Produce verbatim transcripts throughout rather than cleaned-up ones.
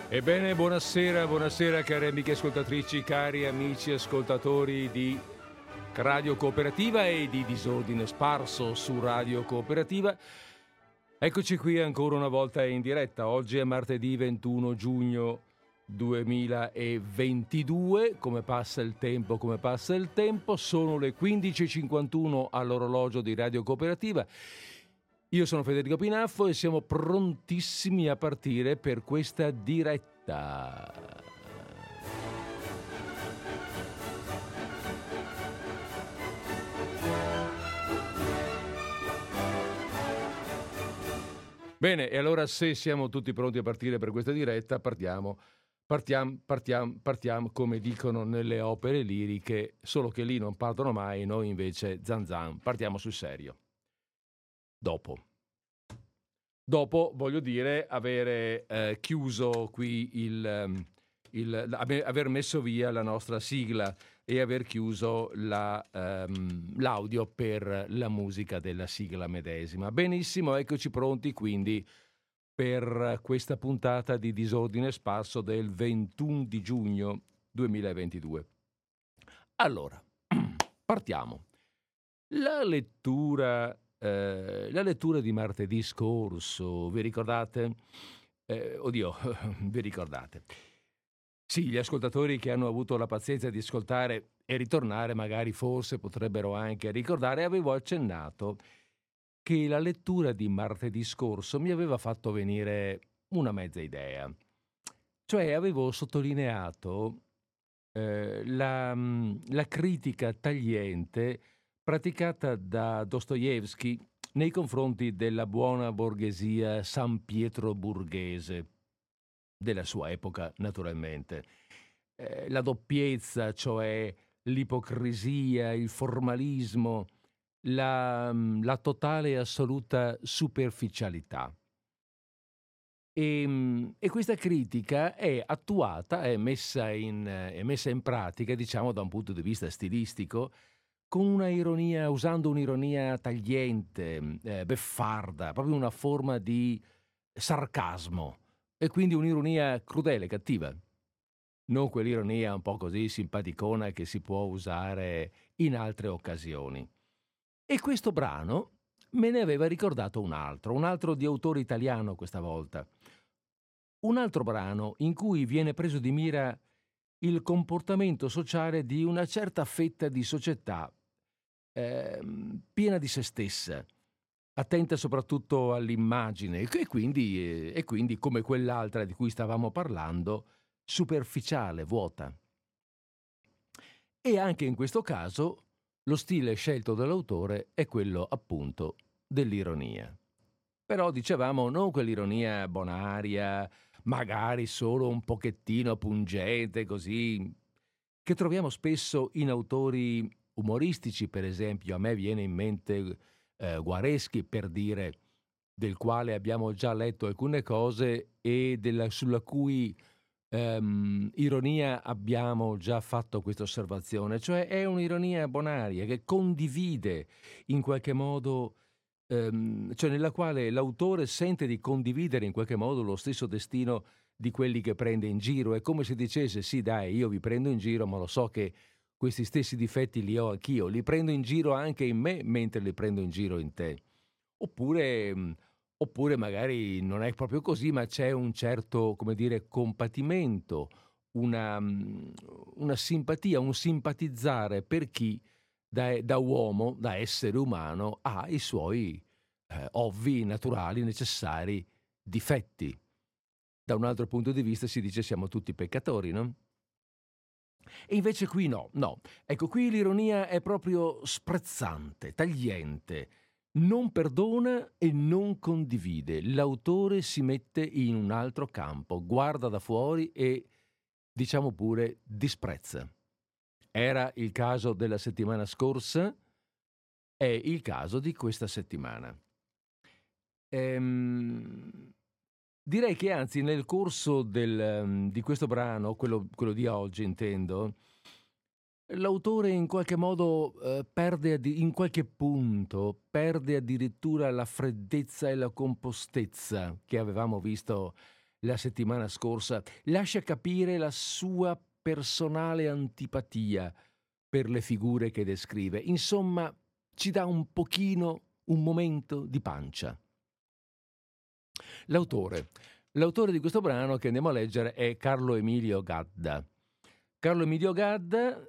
Ebbene, buonasera, buonasera cari amiche ascoltatrici, cari amici ascoltatori di Radio Cooperativa e di Disordine Sparso su Radio Cooperativa. Eccoci qui ancora una volta in diretta. Oggi è martedì ventuno giugno duemilaventidue. Come passa il tempo, come passa il tempo. Sono le quindici e cinquantuno all'orologio di Radio Cooperativa. Io sono Federico Pinaffo e siamo prontissimi a partire per questa diretta. Bene, e allora se siamo tutti pronti a partire per questa diretta, partiamo, partiamo, partiamo, partiamo, come dicono nelle opere liriche, solo che lì non partono mai, noi invece zan zan, partiamo sul serio. Dopo. Dopo, voglio dire, avere eh, chiuso qui il, il... aver messo via la nostra sigla e aver chiuso la, um, l'audio per la musica della sigla medesima. Benissimo, eccoci pronti quindi per questa puntata di Disordine Sparso del ventuno di giugno duemilaventidue. Allora, partiamo. La lettura... Eh, la lettura di martedì scorso, vi ricordate? Eh, oddio, vi ricordate? Sì, gli ascoltatori che hanno avuto la pazienza di ascoltare e ritornare magari forse potrebbero anche ricordare, avevo accennato che la lettura di martedì scorso mi aveva fatto venire una mezza idea. Cioè avevo sottolineato eh, la, la critica tagliente praticata da Dostoevskij nei confronti della buona borghesia san pietroburghese, della sua epoca naturalmente. Eh, la doppiezza, cioè l'ipocrisia, il formalismo, la, la totale e assoluta superficialità. E, e questa critica è attuata, è messa in, è messa in pratica, diciamo, da un punto di vista stilistico, con una ironia, usando un'ironia tagliente, eh, beffarda, proprio una forma di sarcasmo e quindi un'ironia crudele, cattiva. Non quell'ironia un po' così simpaticona che si può usare in altre occasioni. E questo brano me ne aveva ricordato un altro, un altro di autore italiano questa volta. Un altro brano in cui viene preso di mira il comportamento sociale di una certa fetta di società Eh, piena di se stessa, attenta soprattutto all'immagine e quindi, eh, e quindi, come quell'altra di cui stavamo parlando, superficiale, vuota. E anche in questo caso lo stile scelto dall'autore è quello appunto dell'ironia. Però dicevamo non quell'ironia bonaria, magari solo un pochettino pungente, così, che troviamo spesso in autori umoristici. Per esempio, a me viene in mente eh, Guareschi, per dire, del quale abbiamo già letto alcune cose e della, sulla cui ehm, ironia abbiamo già fatto questa osservazione, cioè è un'ironia bonaria che condivide in qualche modo, ehm, cioè nella quale l'autore sente di condividere in qualche modo lo stesso destino di quelli che prende in giro. È come se dicesse: sì, dai, io vi prendo in giro, ma lo so che questi stessi difetti li ho anch'io, li prendo in giro anche in me mentre li prendo in giro in te. Oppure, oppure magari non è proprio così, ma c'è un certo, come dire, compatimento, una, una simpatia, un simpatizzare per chi da, da uomo, da essere umano, ha i suoi eh, ovvi, naturali, necessari difetti. Da un altro punto di vista si dice siamo tutti peccatori, no? E invece qui no, no. Ecco, qui l'ironia è proprio sprezzante, tagliente, non perdona e non condivide. L'autore si mette in un altro campo, guarda da fuori e, diciamo pure, disprezza. Era il caso della settimana scorsa, è il caso di questa settimana. Ehm... Direi che anzi nel corso del, di questo brano, quello, quello di oggi intendo, l'autore in qualche modo eh, perde, in qualche punto, perde addirittura la freddezza e la compostezza che avevamo visto la settimana scorsa, lascia capire la sua personale antipatia per le figure che descrive. Insomma, ci dà un pochino, un momento di pancia. L'autore. L'autore di questo brano che andiamo a leggere è Carlo Emilio Gadda. Carlo Emilio Gadda,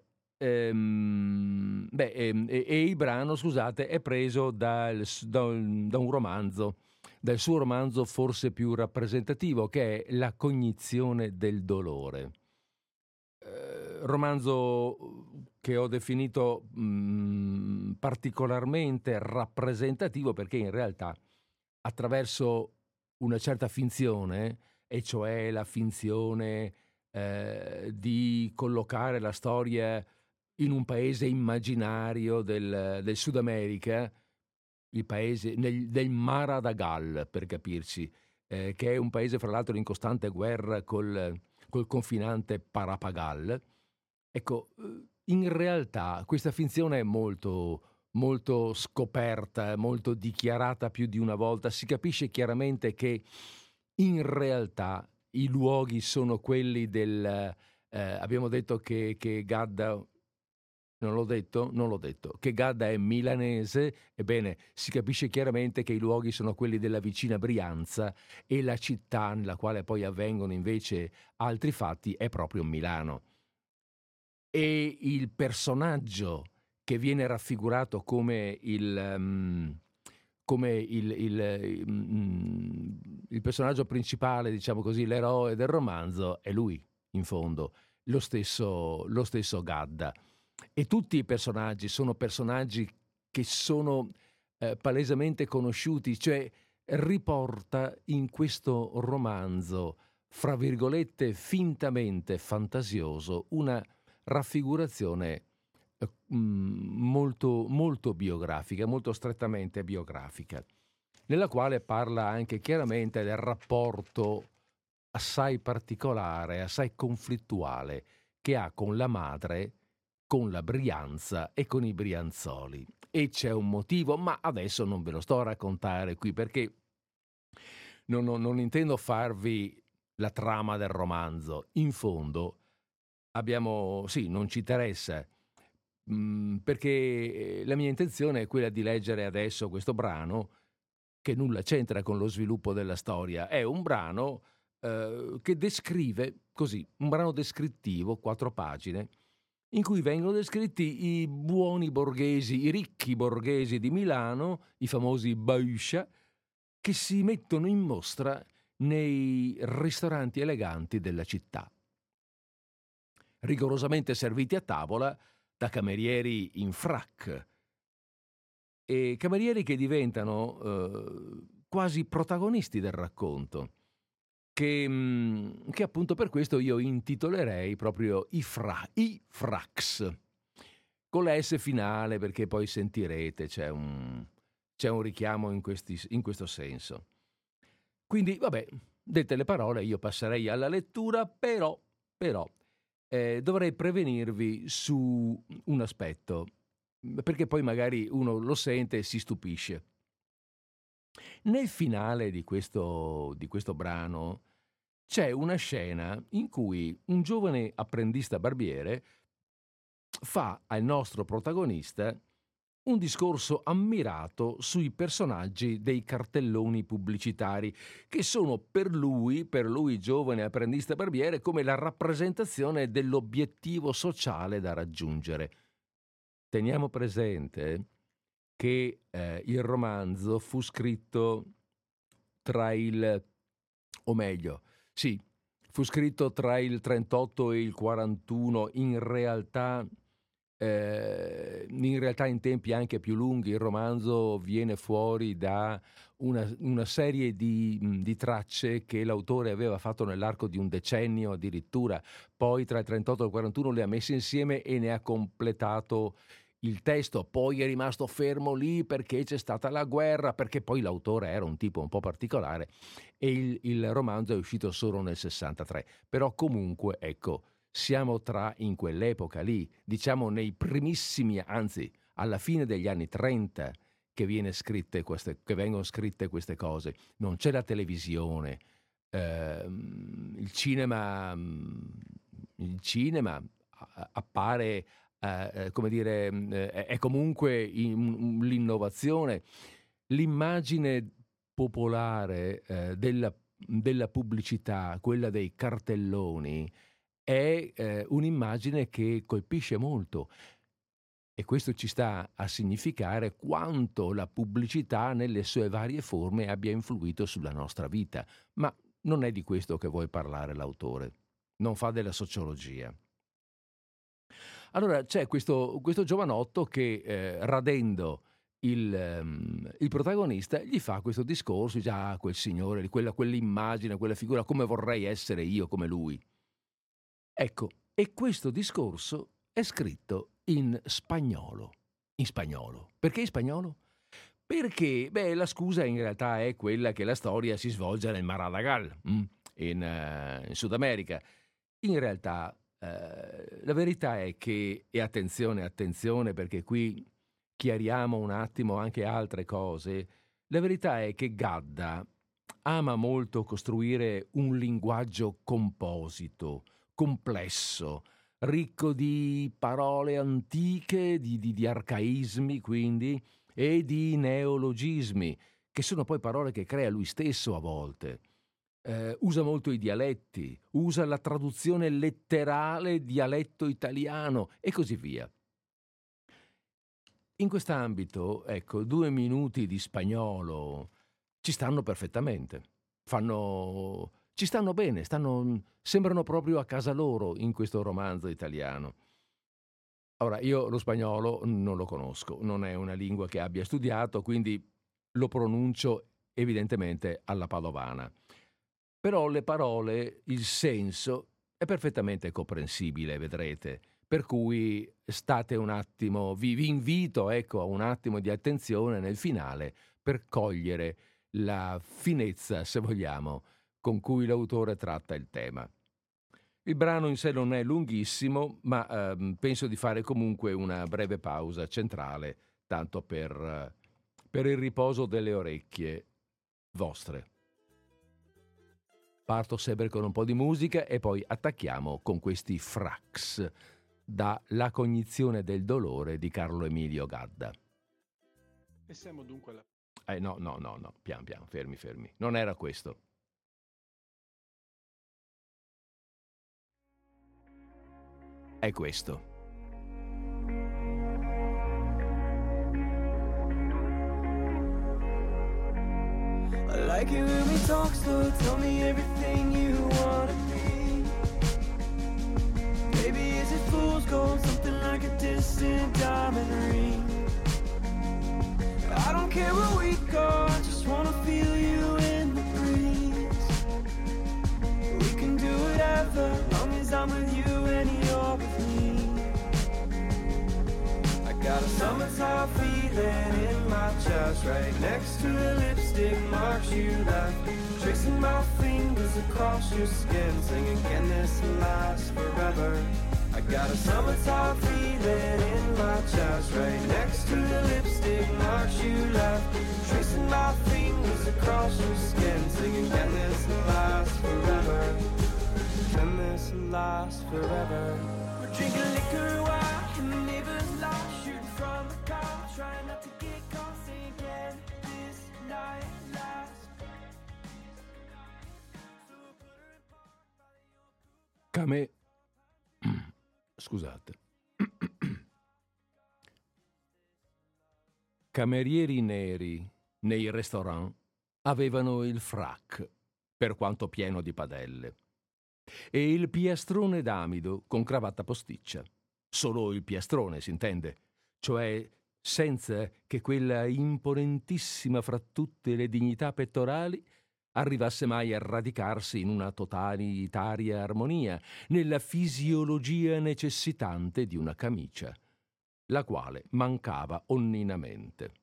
ehm, beh, ehm, e, e il brano, scusate, è preso dal, da, un, da un romanzo, dal suo romanzo forse più rappresentativo, che è La cognizione del dolore. Eh, romanzo che ho definito mh, particolarmente rappresentativo perché in realtà attraverso una certa finzione, e cioè la finzione eh, di collocare la storia in un paese immaginario del, del Sud America, il paese nel, del Maradagal, per capirci, eh, che è un paese fra l'altro in costante guerra col, col confinante Parapagal. Ecco, in realtà questa finzione è molto molto scoperta, molto dichiarata più di una volta. Si capisce chiaramente che in realtà i luoghi sono quelli del... Eh, abbiamo detto che, che Gadda... Non l'ho detto? Non l'ho detto. Che Gadda è milanese, ebbene, si capisce chiaramente che i luoghi sono quelli della vicina Brianza e la città nella quale poi avvengono invece altri fatti è proprio Milano. E il personaggio che viene raffigurato come il, um, come il, il, um, il personaggio principale, diciamo così, l'eroe del romanzo, è lui, in fondo, lo stesso, lo stesso Gadda. E tutti i personaggi sono personaggi che sono eh, palesemente conosciuti, cioè riporta in questo romanzo, fra virgolette, fintamente fantasioso, una raffigurazione eh, molto, molto biografica, molto strettamente biografica, nella quale parla anche chiaramente del rapporto assai particolare, assai conflittuale che ha con la madre, con la Brianza e con i Brianzoli. E c'è un motivo, ma adesso non ve lo sto a raccontare qui perché non, non, non intendo farvi la trama del romanzo. In fondo abbiamo, sì, non ci interessa, mh, perché la mia intenzione è quella di leggere adesso questo brano che nulla c'entra con lo sviluppo della storia. È un brano eh, che descrive, così, un brano descrittivo, quattro pagine, in cui vengono descritti i buoni borghesi, i ricchi borghesi di Milano, i famosi bauscia, che si mettono in mostra nei ristoranti eleganti della città, rigorosamente serviti a tavola da camerieri in frac, e camerieri che diventano eh, quasi protagonisti del racconto, che, mh, che appunto per questo io intitolerei proprio i, fra, i fracs, con la S finale, perché poi sentirete c'è un, c'è un richiamo in, questi, in questo senso. Quindi, vabbè, dette le parole, io passerei alla lettura, però, però eh, dovrei prevenirvi su un aspetto, perché poi magari uno lo sente e si stupisce. Nel finale di questo, di questo brano c'è una scena in cui un giovane apprendista barbiere fa al nostro protagonista un discorso ammirato sui personaggi dei cartelloni pubblicitari, che sono per lui, per lui giovane apprendista barbiere, come la rappresentazione dell'obiettivo sociale da raggiungere. Teniamo presente che eh, il romanzo fu scritto tra il, o meglio, sì, fu scritto tra il trentotto e il quarantuno, in realtà, eh, in realtà in tempi anche più lunghi. Il romanzo viene fuori da una, una serie di, di tracce che l'autore aveva fatto nell'arco di un decennio addirittura, poi tra il trentotto e il quarantuno le ha messe insieme e ne ha completato il testo. Poi è rimasto fermo lì perché c'è stata la guerra, perché poi l'autore era un tipo un po' particolare e il, il romanzo è uscito solo nel sessantatré. Però comunque, ecco, siamo tra in quell'epoca lì, diciamo nei primissimi, anzi alla fine degli anni trenta che, viene scritte queste, che vengono scritte queste cose. Non c'è la televisione, ehm, il cinema, il cinema appare, eh, come dire, eh, è comunque in, l'innovazione, l'immagine popolare eh, della, della pubblicità, quella dei cartelloni, è eh, un'immagine che colpisce molto. E questo ci sta a significare quanto la pubblicità nelle sue varie forme abbia influito sulla nostra vita. Ma non è di questo che vuole parlare l'autore, non fa della sociologia. Allora c'è questo, questo giovanotto che, eh, radendo il, um, il protagonista, gli fa questo discorso, già ah, quel signore, quella, quell'immagine, quella figura, come vorrei essere io come lui. Ecco, e questo discorso è scritto in spagnolo. In spagnolo. Perché in spagnolo? Perché, beh, la scusa in realtà è quella che la storia si svolge nel Maradagal, mm, in, uh, in Sud America. In realtà, uh, la verità è che, e attenzione, attenzione, perché qui chiariamo un attimo anche altre cose, la verità è che Gadda ama molto costruire un linguaggio composito, complesso, ricco di parole antiche, di, di, di arcaismi quindi, e di neologismi, che sono poi parole che crea lui stesso a volte. Eh, usa molto i dialetti, usa la traduzione letterale dialetto italiano e così via. In quest'ambito, ecco, due minuti di spagnolo ci stanno perfettamente, fanno... ci stanno bene, stanno, sembrano proprio a casa loro in questo romanzo italiano. Ora, io lo spagnolo non lo conosco, non è una lingua che abbia studiato, quindi lo pronuncio evidentemente alla padovana. Però le parole, il senso è perfettamente comprensibile, vedrete. Per cui state un attimo, vi, vi invito ecco, a un attimo di attenzione nel finale per cogliere la finezza, se vogliamo, con cui l'autore tratta il tema. Il brano in sé non è lunghissimo, ma ehm, penso di fare comunque una breve pausa centrale, tanto per, per il riposo delle orecchie vostre. Parto sempre con un po' di musica e poi attacchiamo con questi frax da La cognizione del dolore di Carlo Emilio Gadda. E siamo dunque alla... Eh no, no, no, no, pian piano, fermi, fermi. Non era questo. È questo. I like it when we talk slow, tell me everything you wanna be. Maybe is it fool's gold, something like a distant diamond ring. I don't care where we go, I just wanna feel you in the breeze. We can do whatever, long as I'm with you and you're with me. I got a summertime feeling in my chest, right next to the lipstick marks you left. Tracing my fingers across your skin, singing, can this last forever? I got a summertime feeling in my chest, right next to the lipstick marks you left. Tracing my fingers across your skin, singing, can this last forever? Can this last forever? We're drinking liquor while in the neighbor's lot, shooting from the car, trying not to get caught, saying, can this night last? Came... Scusate. Camerieri neri nei restaurant avevano il frac, per quanto pieno di padelle, e il piastrone d'amido con cravatta posticcia. Solo il piastrone, si intende, cioè senza che quella imponentissima fra tutte le dignità pettorali arrivasse mai a radicarsi in una totalitaria armonia, nella fisiologia necessitante di una camicia, la quale mancava onninamente.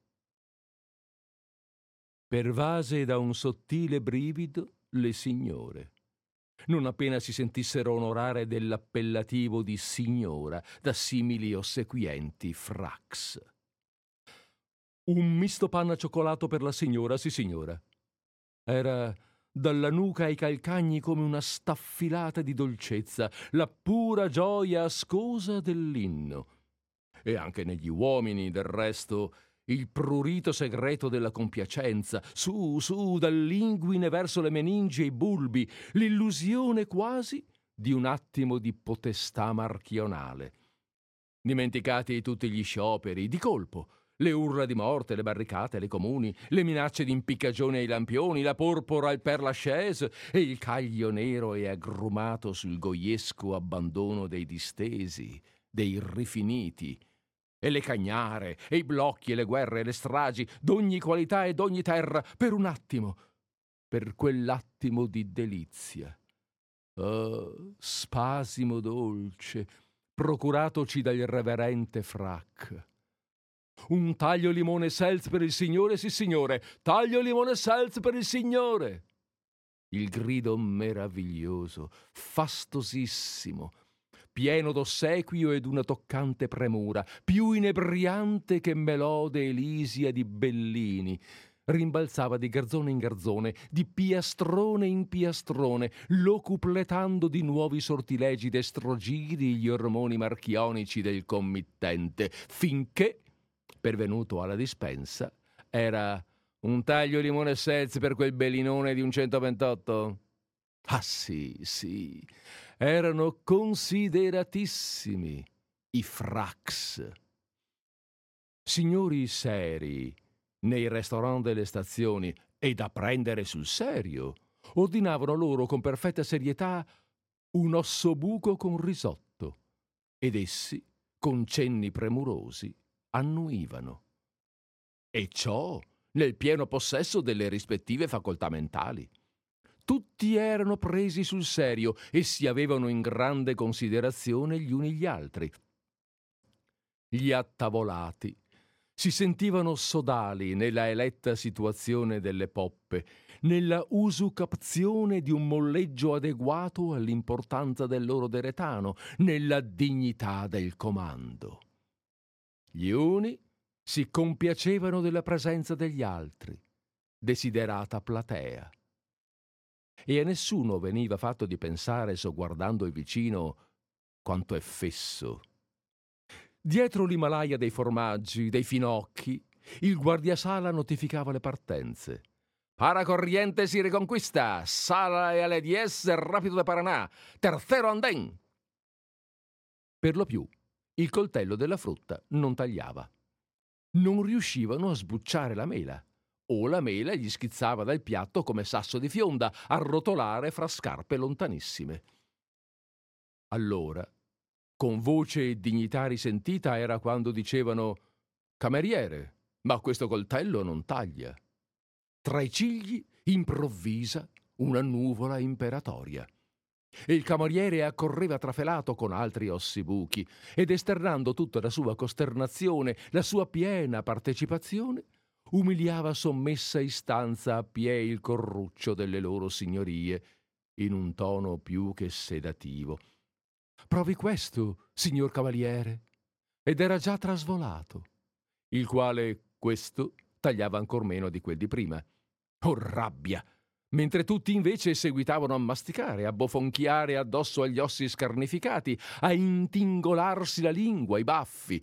Pervase da un sottile brivido le signore, non appena si sentissero onorare dell'appellativo di signora da simili ossequienti frax. Un misto panna cioccolato per la signora, sì signora. Era dalla nuca ai calcagni come una staffilata di dolcezza, la pura gioia ascosa dell'inno. E anche negli uomini, del resto, il prurito segreto della compiacenza, su, su, dall'inguine verso le meningi e i bulbi, l'illusione quasi di un attimo di potestà marchionale. Dimenticati tutti gli scioperi, di colpo, le urla di morte, le barricate, le comuni, le minacce di impiccagione ai lampioni, la porpora al Père Lachaise e il caglio nero e agrumato sul goiesco abbandono dei distesi, dei rifiniti, e le cagnare, e i blocchi, e le guerre, e le stragi, d'ogni qualità e d'ogni terra, per un attimo, per quell'attimo di delizia. Oh, spasimo dolce, procuratoci dal reverente frac. Un taglio limone seltz per il signore, sì signore, taglio limone seltz per il signore. Il grido meraviglioso, fastosissimo, pieno d'ossequio ed una toccante premura, più inebriante che melode elisia di Bellini, rimbalzava di garzone in garzone, di piastrone in piastrone, locupletando di nuovi sortilegi destrogiri gli ormoni marchionici del committente, finché, pervenuto alla dispensa, era un taglio limone seltz per quel bellinone di un centoventotto? Ah sì, sì, erano consideratissimi i fracs. Signori seri, nei restaurant delle stazioni, e da prendere sul serio, ordinavano loro con perfetta serietà un ossobuco con risotto, ed essi, con cenni premurosi, annuivano. E ciò nel pieno possesso delle rispettive facoltà mentali. Tutti erano presi sul serio e si avevano in grande considerazione gli uni gli altri. Gli attavolati si sentivano sodali nella eletta situazione delle poppe, nella usucazione di un molleggio adeguato all'importanza del loro deretano, nella dignità del comando. Gli uni si compiacevano della presenza degli altri, desiderata platea. E a nessuno veniva fatto di pensare, sogguardando il vicino, quanto è fesso. Dietro l'Himalaya dei formaggi, dei finocchi, il guardiasala notificava le partenze. Para corriente si riconquista, sala e alle diez, rapido de Paraná, tercero andén. Per lo più, il coltello della frutta non tagliava. Non riuscivano a sbucciare la mela, o la mela gli schizzava dal piatto come sasso di fionda, a rotolare fra scarpe lontanissime. Allora, con voce dignità risentita, era quando dicevano: «Cameriere, ma questo coltello non taglia». Tra i cigli improvvisa una nuvola imperatoria. E il cameriere accorreva trafelato con altri ossibuchi ed, esternando tutta la sua costernazione, la sua piena partecipazione, umiliava sommessa istanza a piè il corruccio delle loro signorie in un tono più che sedativo. «Provi questo, signor cavaliere», ed era già trasvolato, il quale questo tagliava ancor meno di quel di prima. Oh rabbia! Mentre tutti invece seguitavano a masticare, a bofonchiare addosso agli ossi scarnificati, a intingolarsi la lingua, i baffi.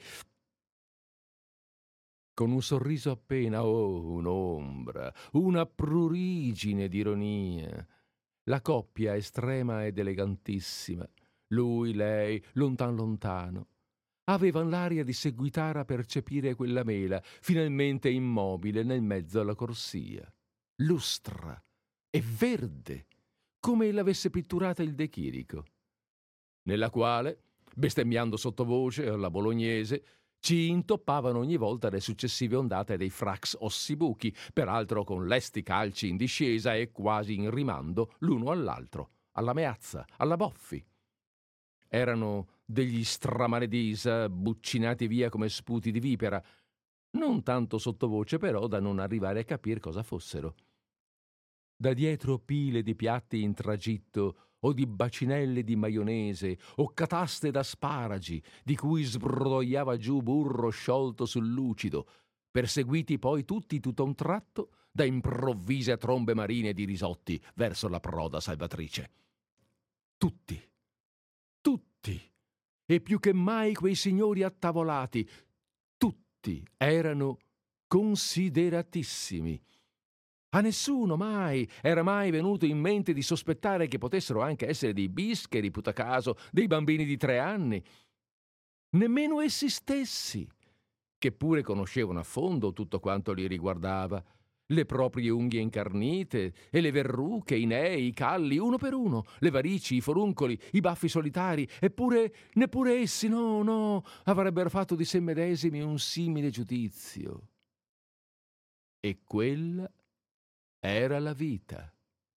Con un sorriso appena, oh, un'ombra, una prurigine d'ironia, la coppia estrema ed elegantissima, lui, lei, lontan lontano, avevan l'aria di seguitare a percepire quella mela, finalmente immobile nel mezzo alla corsia, lustra e verde, come l'avesse pitturata il De Chirico, nella quale, bestemmiando sottovoce alla bolognese, ci intoppavano ogni volta le successive ondate dei frax ossibuchi, peraltro con lesti calci in discesa e quasi in rimando l'uno all'altro, alla meazza, alla boffi. Erano degli stramaledisa buccinati via come sputi di vipera, non tanto sottovoce però da non arrivare a capire cosa fossero. Da dietro pile di piatti in tragitto o di bacinelle di maionese o cataste d'asparagi di cui sbrodoiava giù burro sciolto sul lucido, perseguiti poi tutti tutto a un tratto da improvvise trombe marine di risotti verso la proda salvatrice. Tutti, tutti, e più che mai quei signori attavolati, tutti erano consideratissimi. A nessuno mai era mai venuto in mente di sospettare che potessero anche essere dei bischeri, putacaso, dei bambini di tre anni. Nemmeno essi stessi, che pure conoscevano a fondo tutto quanto li riguardava, le proprie unghie incarnite e le verruche, i nei, i calli, uno per uno, le varici, i foruncoli, i baffi solitari, eppure neppure essi, no, no, avrebbero fatto di sé medesimi un simile giudizio. E quella era la vita.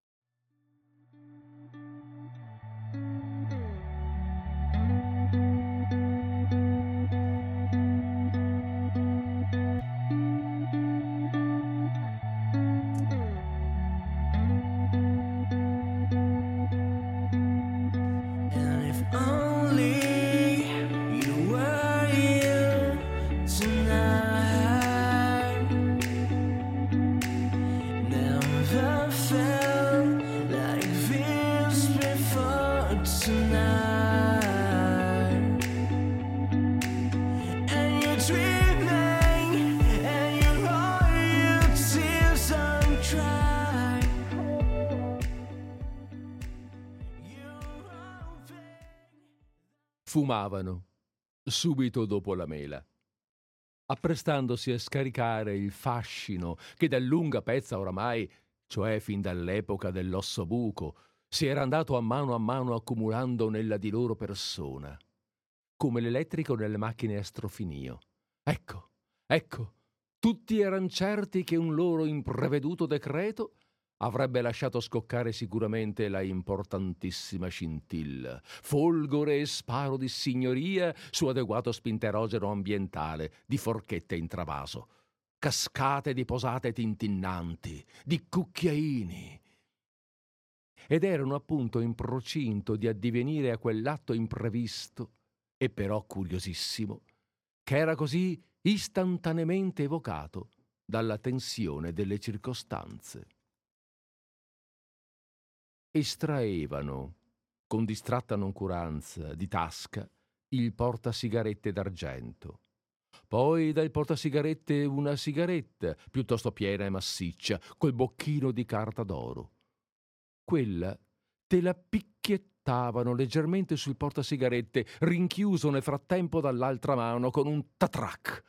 Fumavano subito dopo la mela, apprestandosi a scaricare il fascino che da lunga pezza oramai, cioè fin dall'epoca dell'ossobuco, si era andato a mano a mano accumulando nella di loro persona, come l'elettrico nelle macchine a strofinio. Ecco, ecco, tutti eran certi che un loro impreveduto decreto avrebbe lasciato scoccare sicuramente la importantissima scintilla, folgore e sparo di signoria su adeguato spinterogeno ambientale di forchette in travaso, cascate di posate tintinnanti, di cucchiaini. Ed erano appunto in procinto di addivenire a quell'atto imprevisto, e però curiosissimo, che era così istantaneamente evocato dalla tensione delle circostanze. Estraevano, con distratta noncuranza, di tasca il portasigarette d'argento. Poi dal portasigarette una sigaretta, piuttosto piena e massiccia, col bocchino di carta d'oro. Quella te la picchiettavano leggermente sul portasigarette, rinchiuso nel frattempo dall'altra mano con un tatrac.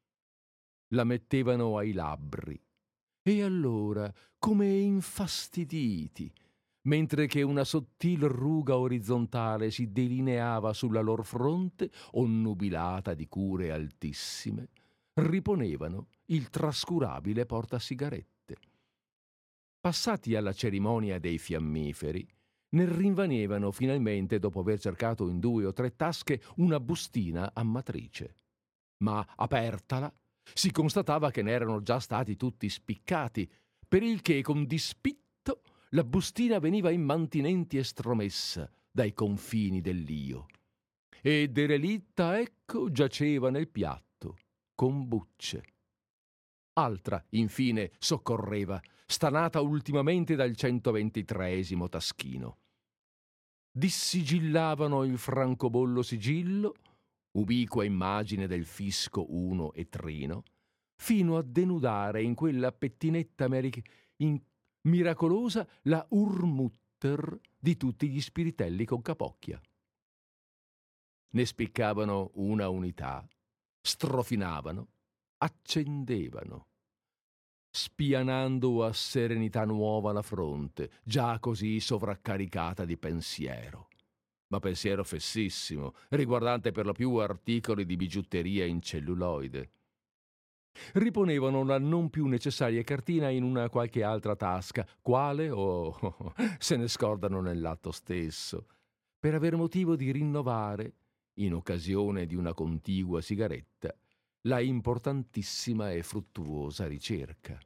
La mettevano ai labbri. E allora, come infastiditi, mentre che una sottil ruga orizzontale si delineava sulla lor fronte, onnubilata di cure altissime, riponevano il trascurabile portasigarette. Passati alla cerimonia dei fiammiferi, ne rinvenevano finalmente, dopo aver cercato in due o tre tasche, una bustina a matrice. Ma, apertala, si constatava che ne erano già stati tutti spiccati, per il che con dispitto la bustina veniva immantinenti estromessa dai confini dell'io. E derelitta, ecco, giaceva nel piatto, con bucce. Altra, infine, soccorreva, stanata ultimamente dal centoventitreesimo taschino. Dissigillavano il francobollo sigillo, ubiqua immagine del fisco uno e trino, fino a denudare in quella pettinetta america in miracolosa la urmutter di tutti gli spiritelli con capocchia. Ne spiccavano una unità, strofinavano, accendevano, spianando a serenità nuova la fronte, già così sovraccaricata di pensiero, ma pensiero fessissimo, riguardante per lo più articoli di bigiutteria in celluloide. Riponevano la non più necessaria cartina in una qualche altra tasca, quale, o oh, se ne scordano nell'atto stesso, per aver motivo di rinnovare, in occasione di una contigua sigaretta, la importantissima e fruttuosa ricerca.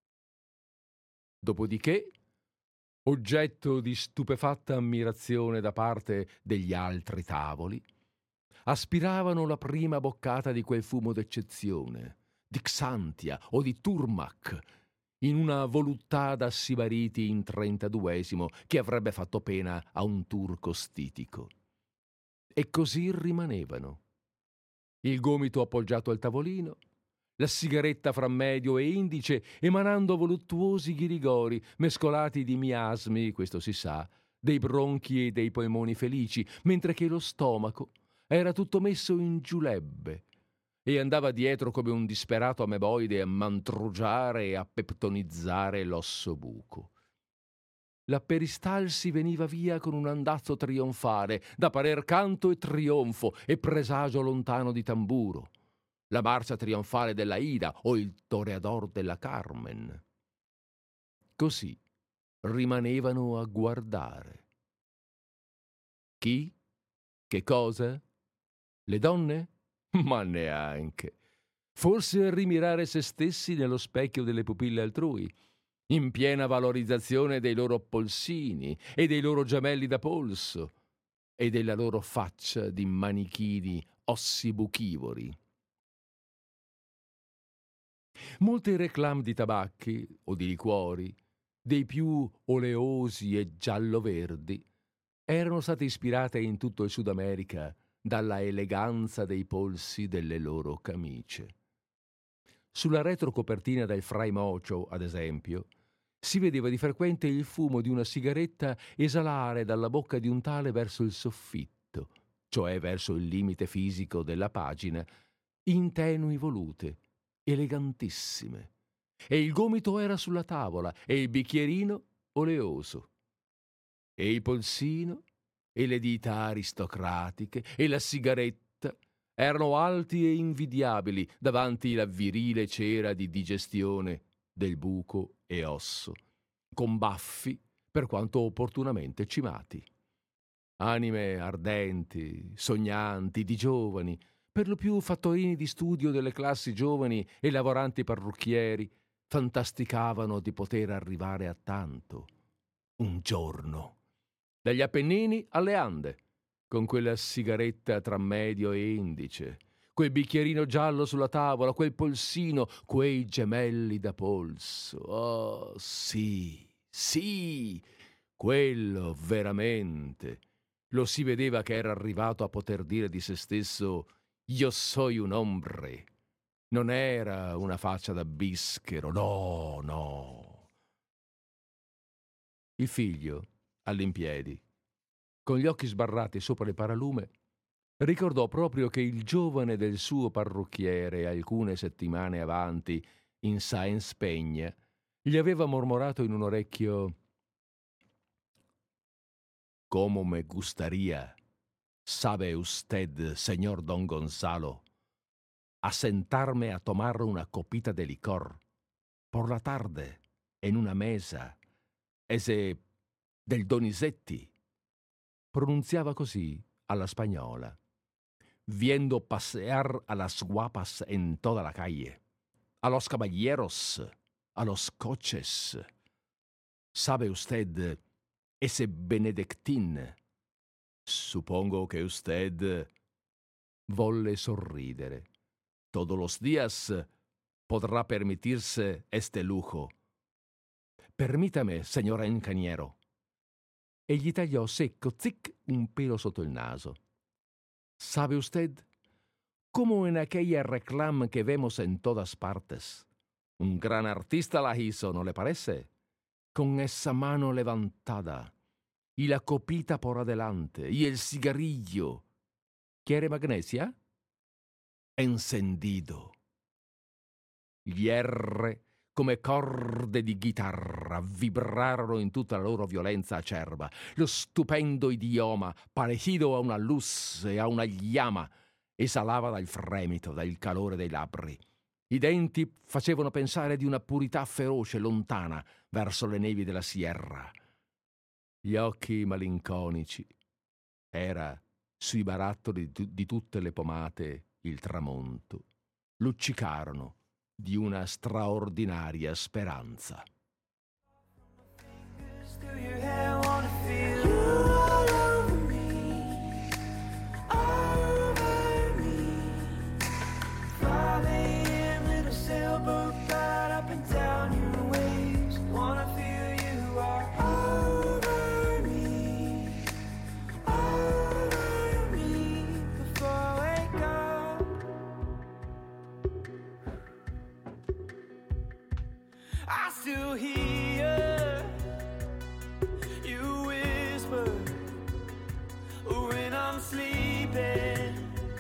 Dopodiché, oggetto di stupefatta ammirazione da parte degli altri tavoli, aspiravano la prima boccata di quel fumo d'eccezione, di Xantia o di Turmac, in una voluttà da sibariti in trentaduesimo che avrebbe fatto pena a un turco stitico. E così rimanevano. Il gomito appoggiato al tavolino, la sigaretta fra medio e indice, emanando voluttuosi ghirigori, mescolati di miasmi, questo si sa, dei bronchi e dei polmoni felici, mentre che lo stomaco era tutto messo in giulebbe e andava dietro come un disperato ameboide a mantrugiare e a peptonizzare l'osso buco. La peristalsi veniva via con un andazzo trionfale, da parer canto e trionfo e presagio lontano di tamburo, la marcia trionfale della Ida o il toreador della Carmen. Così rimanevano a guardare. Chi? Che cosa? Le donne? Ma neanche. Forse a rimirare se stessi nello specchio delle pupille altrui, in piena valorizzazione dei loro polsini e dei loro gemelli da polso e della loro faccia di manichini ossibuchivori. Molte reclame di tabacchi o di liquori, dei più oleosi e giallo-verdi, erano state ispirate in tutto il Sud America dalla eleganza dei polsi delle loro camicie. Sulla retrocopertina del Fray Mocho, ad esempio, si vedeva di frequente il fumo di una sigaretta esalare dalla bocca di un tale verso il soffitto, cioè verso il limite fisico della pagina, in tenui volute, elegantissime. E il gomito era sulla tavola e il bicchierino oleoso. E il polsino e le dita aristocratiche e la sigaretta erano alti e invidiabili davanti la virile cera di digestione del buco e osso, con baffi per quanto opportunamente cimati. Anime ardenti, sognanti, di giovani, per lo più fattorini di studio delle classi giovani e lavoranti parrucchieri, fantasticavano di poter arrivare a tanto un giorno. Dagli Appennini alle Ande, con quella sigaretta tra medio e indice, quel bicchierino giallo sulla tavola, quel polsino, quei gemelli da polso. Oh, sì, sì, quello veramente. Lo si vedeva che era arrivato a poter dire di se stesso «Io soy un hombre». Non era una faccia da bischero, no, no. Il figlio, all'impiedi, con gli occhi sbarrati sopra le paralume, ricordò proprio che il giovane del suo parrucchiere, alcune settimane avanti, in Sáenz Peña, gli aveva mormorato in un orecchio: «Como me gustaría, sabe usted, señor don Gonzalo, a sentarme a tomar una copita de licor por la tarde en una mesa, ese del Donizetti». Pronunziava così alla spagnola, viendo pasear a las guapas en toda la calle, a los caballeros, a los coches. ¿Sabe usted ese Benedictín? Supongo que usted volle sorridere. Todos los días podrá permitirse este lujo. Permítame, señora ingeniero. E gli tagliò secco, zic, un pelo sotto il naso. ¿Sabe usted? Como en aquella reclame que vemos en todas partes. Un gran artista la hizo, ¿no le parece? Con esa mano levantada, y la copita por adelante, y el cigarrillo. ¿Quiere magnesia? Encendido. Gli R come corde di chitarra vibrarono in tutta la loro violenza acerba. Lo stupendo idioma, parecido a una luz e a una llama, esalava dal fremito, dal calore dei labbri. I denti facevano pensare di una purità feroce, lontana, verso le nevi della Sierra. Gli occhi malinconici. Era sui barattoli di, di tutte le pomate il tramonto. Luccicarono di una straordinaria speranza. five a.m. little still hear you whisper when I'm sleeping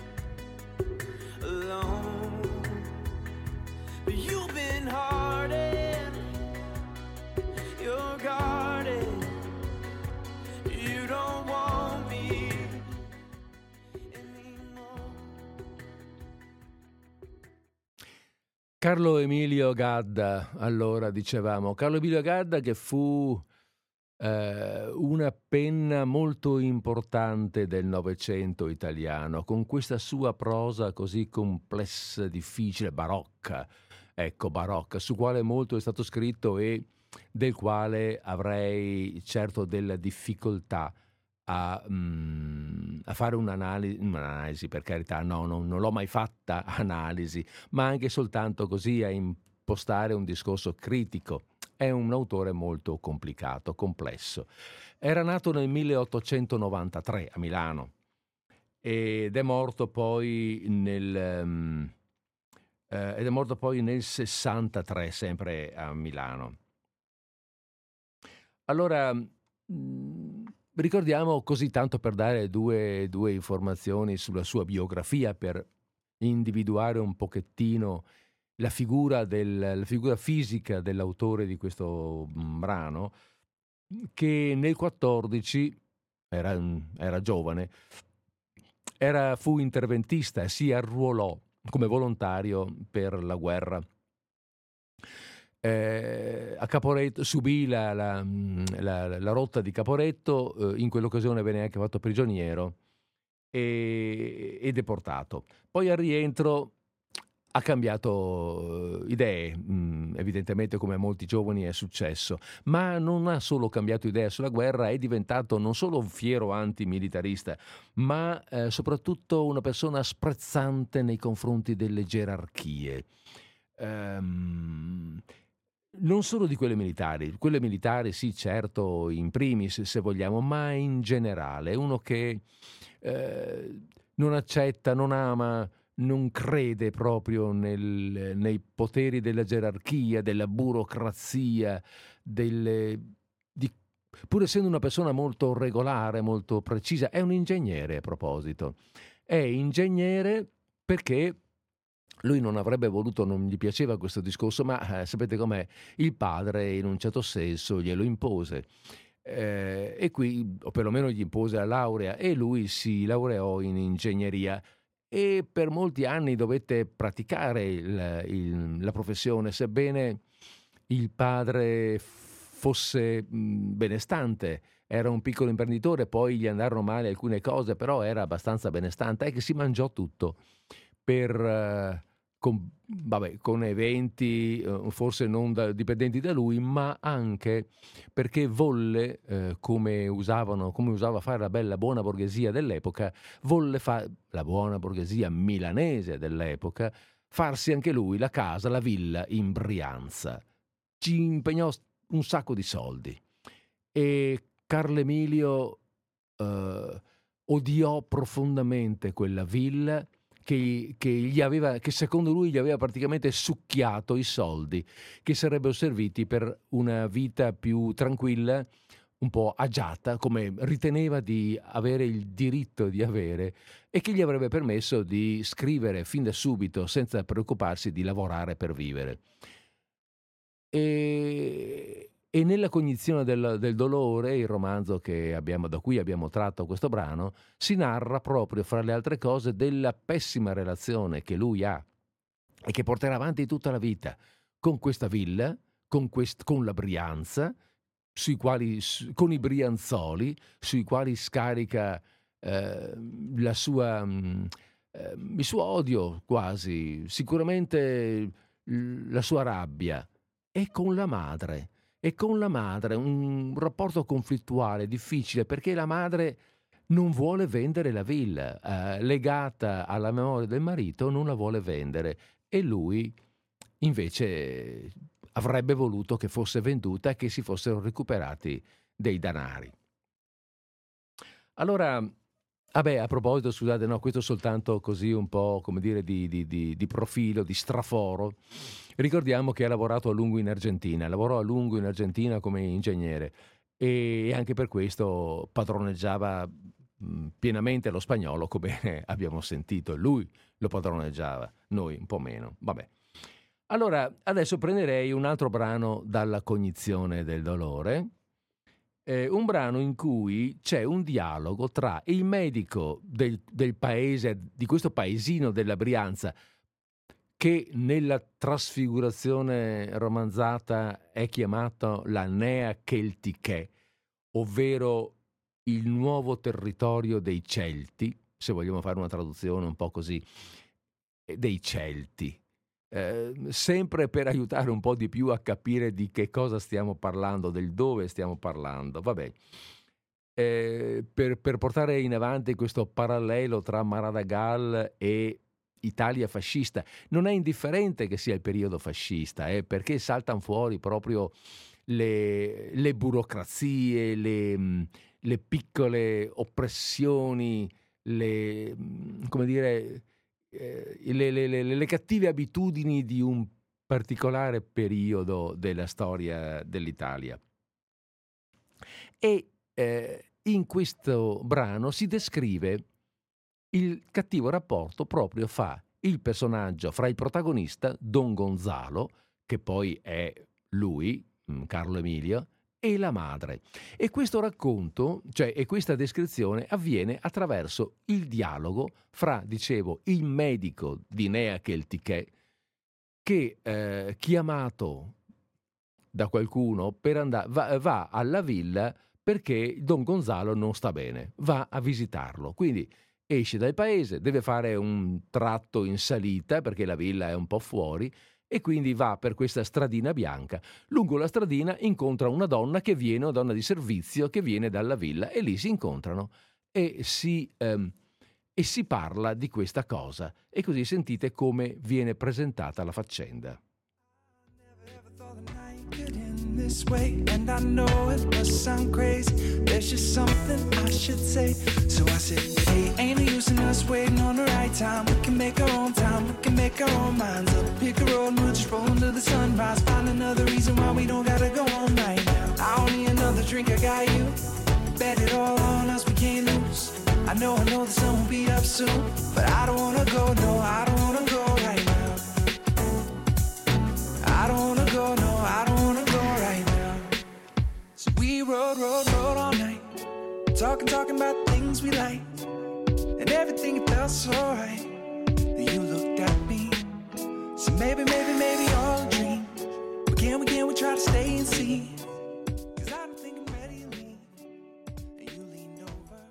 alone. But you've been hardened, you're guarded, you don't want me anymore. Carlo Emilio Gadda, allora dicevamo, Carlo Emilio Gadda che fu eh, una penna molto importante del Novecento italiano, con questa sua prosa così complessa, difficile, barocca, ecco, barocca, su quale molto è stato scritto e del quale avrei certo della difficoltà a, mm, a fare un'analisi, un'analisi, per carità, no, no, non l'ho mai fatta analisi, ma anche soltanto così a impostare un discorso critico. È un autore molto complicato, complesso. Era nato nel milleottocentonovantatré a Milano ed è morto poi nel, um, eh, ed è morto poi nel sessantatré, sempre a Milano. Allora, mh, ricordiamo così tanto per dare due, due informazioni sulla sua biografia, per individuare un pochettino la figura, del, la figura fisica dell'autore di questo brano, che nel quattordici era, era giovane, era, fu interventista e si arruolò come volontario per la guerra. Eh, a Caporetto subì la, la, la, la rotta di Caporetto, eh, in quell'occasione venne anche fatto prigioniero e, e deportato. Poi al rientro ha cambiato idee, mh, evidentemente come a molti giovani è successo, ma non ha solo cambiato idea sulla guerra, è diventato non solo un fiero antimilitarista, ma eh, soprattutto una persona sprezzante nei confronti delle gerarchie. Um, non solo di quelle militari, quelle militari sì, certo, in primis se vogliamo, ma in generale, uno che eh, non accetta, non ama, non crede proprio nel, nei poteri della gerarchia, della burocrazia, delle, di, pur essendo una persona molto regolare, molto precisa. È un ingegnere, a proposito. È ingegnere perché lui non avrebbe voluto, non gli piaceva questo discorso, ma eh, sapete com'è? Il padre in un certo senso glielo impose. Eh, e qui, o perlomeno gli impose la laurea, e lui si laureò in ingegneria e per molti anni dovette praticare il, il, la professione, sebbene il padre fosse mh, benestante. Era un piccolo imprenditore, poi gli andarono male alcune cose, però era abbastanza benestante, è che si mangiò tutto per, uh, con, vabbè, con eventi uh, forse non da, dipendenti da lui, ma anche perché volle, uh, come usavano, come usava fare la bella buona borghesia dell'epoca, volle fare, la buona borghesia milanese dell'epoca, farsi anche lui la casa, la villa in Brianza. Ci impegnò un sacco di soldi e Carlo Emilio uh, odiò profondamente quella villa che, che, gli aveva, che secondo lui gli aveva praticamente succhiato i soldi che sarebbero serviti per una vita più tranquilla, un po' agiata, come riteneva di avere il diritto di avere, e che gli avrebbe permesso di scrivere fin da subito senza preoccuparsi di lavorare per vivere. E, e nella cognizione del, del dolore, il romanzo che abbiamo, da cui abbiamo tratto questo brano, si narra proprio, fra le altre cose, della pessima relazione che lui ha e che porterà avanti tutta la vita con questa villa, con, quest, con la Brianza, sui quali, con i brianzoli, sui quali scarica eh, la sua, mh, eh, il suo odio quasi, sicuramente la sua rabbia, e con la madre. E con la madre un rapporto conflittuale, difficile, perché la madre non vuole vendere la villa, eh, legata alla memoria del marito, non la vuole vendere, e lui invece avrebbe voluto che fosse venduta e che si fossero recuperati dei danari. Allora, Ah beh, a proposito, scusate, no, questo soltanto così un po', come dire, di, di- di- di profilo, di straforo. Ricordiamo che ha lavorato a lungo in Argentina, lavorò a lungo in Argentina come ingegnere e anche per questo padroneggiava mh, pienamente lo spagnolo, come abbiamo sentito. Lui lo padroneggiava, noi un po' meno. Vabbè. Allora, adesso prenderei un altro brano dalla cognizione del dolore, eh, un brano in cui c'è un dialogo tra il medico del, del paese, di questo paesino della Brianza, che nella trasfigurazione romanzata è chiamato la Nea Celtiche, ovvero il nuovo territorio dei Celti, se vogliamo fare una traduzione un po' così, eh, dei Celti. Eh, sempre per aiutare un po' di più a capire di che cosa stiamo parlando, del dove stiamo parlando. Vabbè, eh, per, per portare in avanti questo parallelo tra Maradagal e Italia fascista, non è indifferente che sia il periodo fascista, eh, perché saltano fuori proprio le, le burocrazie, le, mh, le piccole oppressioni, le, mh, come dire, eh, le, le- le- le cattive abitudini di un particolare periodo della storia dell'Italia. E eh, in questo brano si descrive il cattivo rapporto proprio fra il personaggio, fra il protagonista, Don Gonzalo, che poi è lui, mm, Carlo Emilio, e la madre. E questo racconto, cioè, e questa descrizione avviene attraverso il dialogo fra, dicevo, il medico di Nea Celtiche, che eh, chiamato da qualcuno per andare, va, va alla villa perché Don Gonzalo non sta bene, va a visitarlo. Quindi esce dal paese, deve fare un tratto in salita perché la villa è un po' fuori e quindi va per questa stradina bianca. Lungo la stradina incontra una donna che viene, una donna di servizio che viene dalla villa e lì si incontrano e si, ehm, e si parla di questa cosa. E così sentite come viene presentata la faccenda. This way, and I know it must sound crazy. There's just something I should say. So I said, hey, ain't no use in us waiting on the right time. We can make our own time, we can make our own minds up. Pick a road and we'll just roll into the sunrise. Find another reason why we don't gotta go on right now. I don't need another drink, I got you. Bet it all on us, we can't lose. I know, I know the sun will be up soon, but I don't wanna go, no, I don't wanna go right now. I don't wanna go, no, I don't wanna go right now. So we rode, rode, rode all night, talking, talking about things we like, and everything it felt so right. Then you looked at me, so maybe, maybe, maybe all a dream. But can we, can we try to stay and see? Cause I don't think I'm ready to leave. And you leaned over.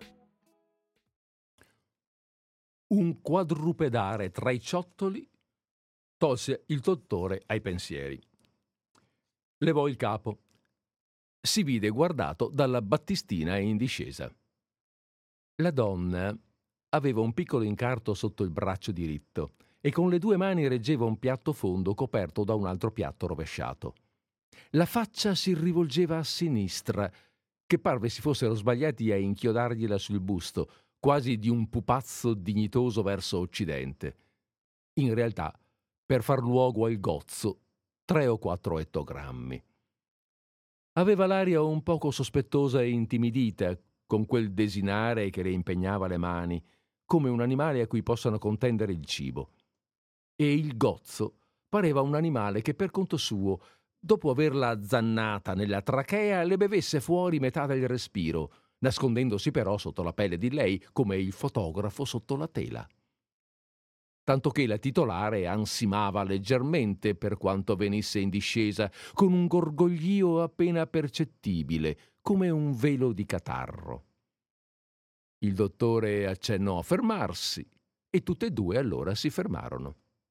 Un quadrupedare tra i ciottoli tolse il dottore ai pensieri. Levò il capo. Si vide guardato dalla battistina in discesa. La donna aveva un piccolo incarto sotto il braccio diritto e con le due mani reggeva un piatto fondo coperto da un altro piatto rovesciato. La faccia si rivolgeva a sinistra, che parve si fossero sbagliati a inchiodargliela sul busto, quasi di un pupazzo dignitoso verso occidente. In realtà, per far luogo al gozzo, tre o quattro ettogrammi. Aveva l'aria un poco sospettosa e intimidita, con quel desinare che le impegnava le mani, come un animale a cui possano contendere il cibo. E il gozzo pareva un animale che per conto suo, dopo averla zannata nella trachea, le bevesse fuori metà del respiro, nascondendosi però sotto la pelle di lei come il fotografo sotto la tela. Tanto che la titolare ansimava leggermente per quanto venisse in discesa, con un gorgoglio appena percettibile, come un velo di catarro. Il dottore accennò a fermarsi e tutte e due allora si fermarono.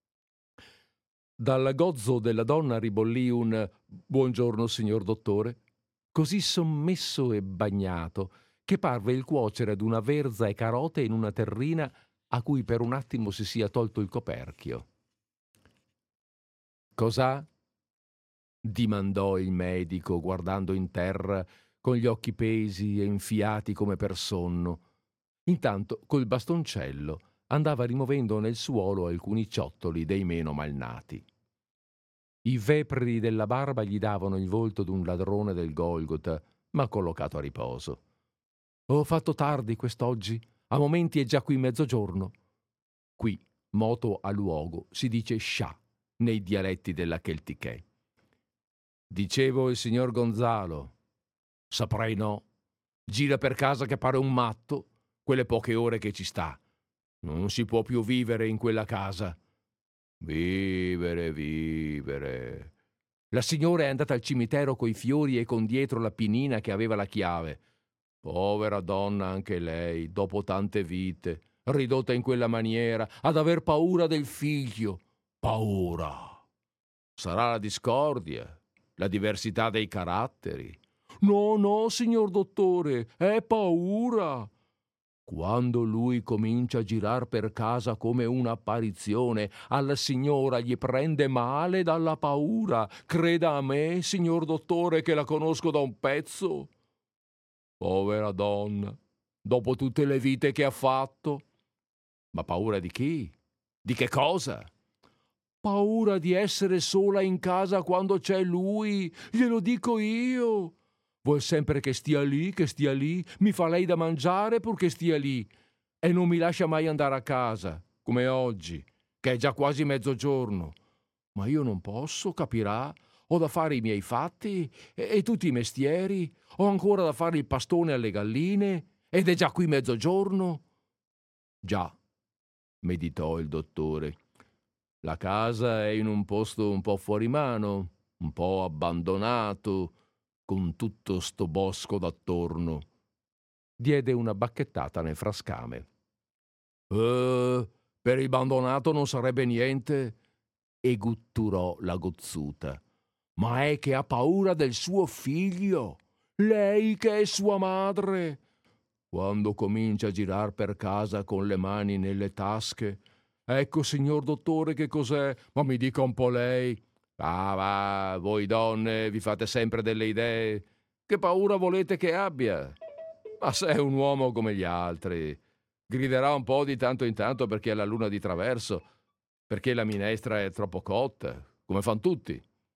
Dal gozzo della donna ribollì un «Buongiorno, signor dottore», così sommesso e bagnato che parve il cuocere ad una verza e carote in una terrina a cui per un attimo si sia tolto il coperchio. «Cos'ha?» dimandò il medico, guardando in terra con gli occhi pesi e infiati come per sonno. Intanto, col bastoncello, andava rimovendo nel suolo alcuni ciottoli dei meno malnati. I vepri della barba gli davano il volto d'un ladrone del Golgota, ma collocato a riposo. Ho fatto tardi quest'oggi, a momenti è già qui mezzogiorno. Qui, moto a luogo, si dice scià, nei dialetti della Celtiché. Dicevo il signor Gonzalo. Saprei no. Gira per casa che pare un matto, quelle poche ore che ci sta. Non si può più vivere in quella casa. Vivere, vivere. La signora è andata al cimitero coi fiori e con dietro la pinina che aveva la chiave. Povera donna anche lei, dopo tante vite, ridotta in quella maniera, ad aver paura del figlio. Paura. Sarà la discordia, la diversità dei caratteri. No, no, signor dottore, è paura. Quando lui comincia a girar per casa come un'apparizione, alla signora gli prende male dalla paura. Creda a me, signor dottore, che la conosco da un pezzo. Povera donna, dopo tutte le vite che ha fatto. Ma paura di chi? Di che cosa? Paura di essere sola in casa quando c'è lui, glielo dico io. Vuol sempre che stia lì, che stia lì, mi fa lei da mangiare purché stia lì e non mi lascia mai andare a casa, come oggi, che è già quasi mezzogiorno. Ma io non posso, capirà, ho da fare i miei fatti e, e tutti i mestieri, ho ancora da fare il pastone alle galline ed è già qui mezzogiorno. Già, meditò il dottore, la casa è in un posto un po' fuori mano, un po' abbandonato, con tutto sto bosco d'attorno. Diede una bacchettata nel frascame. Eh, per il abbandonato non sarebbe niente? E gutturò la gozzuta. Ma è che ha paura del suo figlio, lei che è sua madre. Quando comincia a girar per casa con le mani nelle tasche, ecco, signor dottore, che cos'è? Ma mi dica un po' lei. Ah, va, voi donne vi fate sempre delle idee. Che paura volete che abbia? Ma se è un uomo come gli altri, griderà un po' di tanto in tanto perché ha la luna di traverso, perché la minestra è troppo cotta, come fan tutti.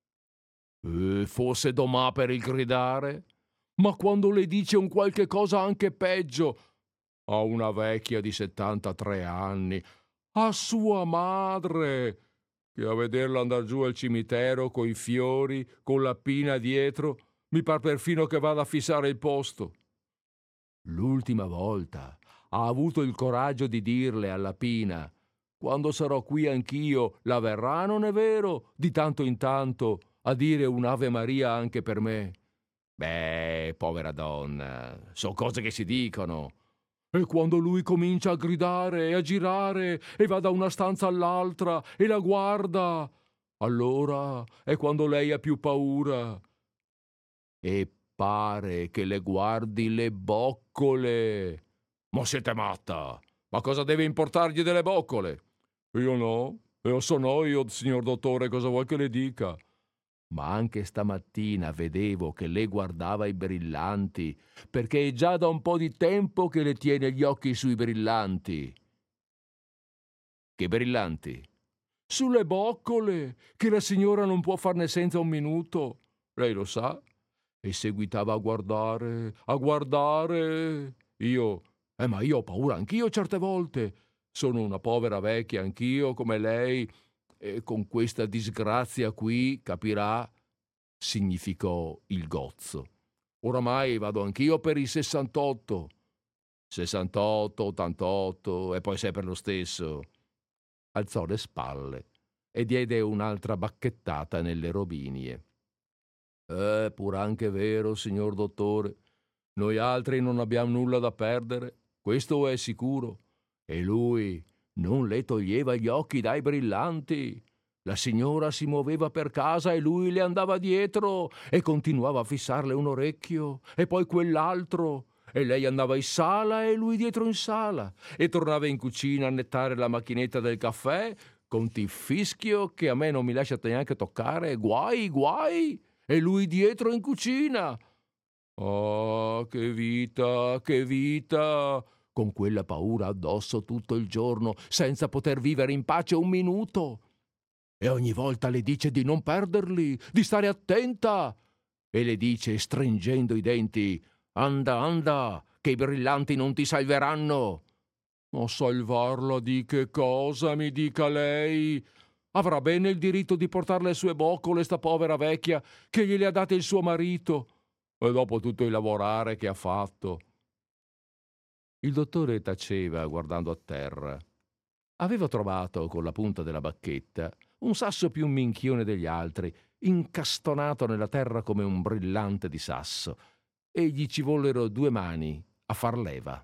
E fosse domà per il gridare? Ma quando le dice un qualche cosa anche peggio, a una vecchia di settantatré anni, a sua madre, che a vederla andar giù al cimitero coi fiori, con la pina dietro, mi par perfino che vada a fissare il posto. L'ultima volta ha avuto il coraggio di dirle alla pina: quando sarò qui anch'io la verrà, non è vero, di tanto in tanto a dire un'Ave Maria anche per me. Beh, povera donna, sono cose che si dicono. E quando lui comincia a gridare e a girare e va da una stanza all'altra e la guarda, allora è quando lei ha più paura. E pare che le guardi le boccole. Ma siete matta? Ma cosa deve importargli delle boccole? Io no, io sono io, signor dottore, cosa vuoi che le dica? Ma anche stamattina vedevo che lei guardava i brillanti, perché è già da un po' di tempo che le tiene gli occhi sui brillanti. Che brillanti? Sulle boccole, che la signora non può farne senza un minuto. Lei lo sa. E seguitava a guardare, a guardare. Io, eh ma io ho paura anch'io certe volte. Sono una povera vecchia anch'io, come lei. E con questa disgrazia qui, capirà, significò il gozzo. Oramai vado anch'io per i sessantotto. sessantotto, ottantotto, e poi sempre lo stesso. Alzò le spalle e diede un'altra bacchettata nelle robinie. Eh, pur anche vero, signor dottore. Noi altri non abbiamo nulla da perdere, questo è sicuro. E lui non le toglieva gli occhi dai brillanti. La signora si muoveva per casa e lui le andava dietro e continuava a fissarle un orecchio e poi quell'altro. E lei andava in sala e lui dietro in sala e tornava in cucina a nettare la macchinetta del caffè con Tiffischio che a me non mi lascia neanche toccare. Guai, guai! E lui dietro in cucina. Ah, che vita, che vita! con quella paura addosso tutto il giorno, senza poter vivere in pace un minuto. E ogni volta le dice di non perderli, di stare attenta. E le dice, stringendo i denti, «Anda, anda, che i brillanti non ti salveranno». Ma salvarla di che cosa, mi dica lei? Avrà bene il diritto di portare le sue boccole, sta povera vecchia, che gliele ha date il suo marito. E dopo tutto il lavorare che ha fatto. Il dottore taceva, guardando a terra. Aveva trovato, con la punta della bacchetta, un sasso più minchione degli altri, incastonato nella terra come un brillante di sasso, e gli ci vollero due mani a far leva.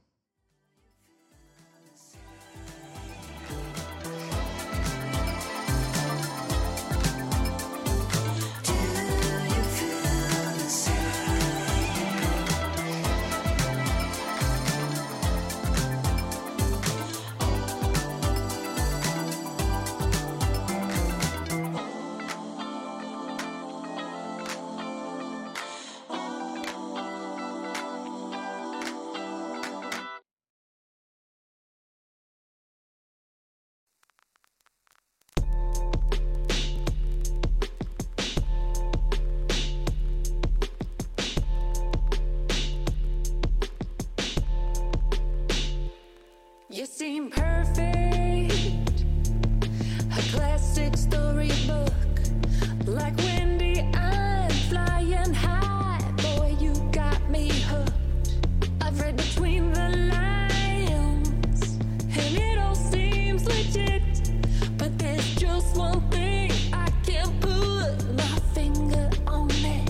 You seem perfect, a classic storybook, like Wendy, I'm flying high, boy, you got me hooked. I've read between the lines, and it all seems legit, but there's just one thing, I can't put my finger on it.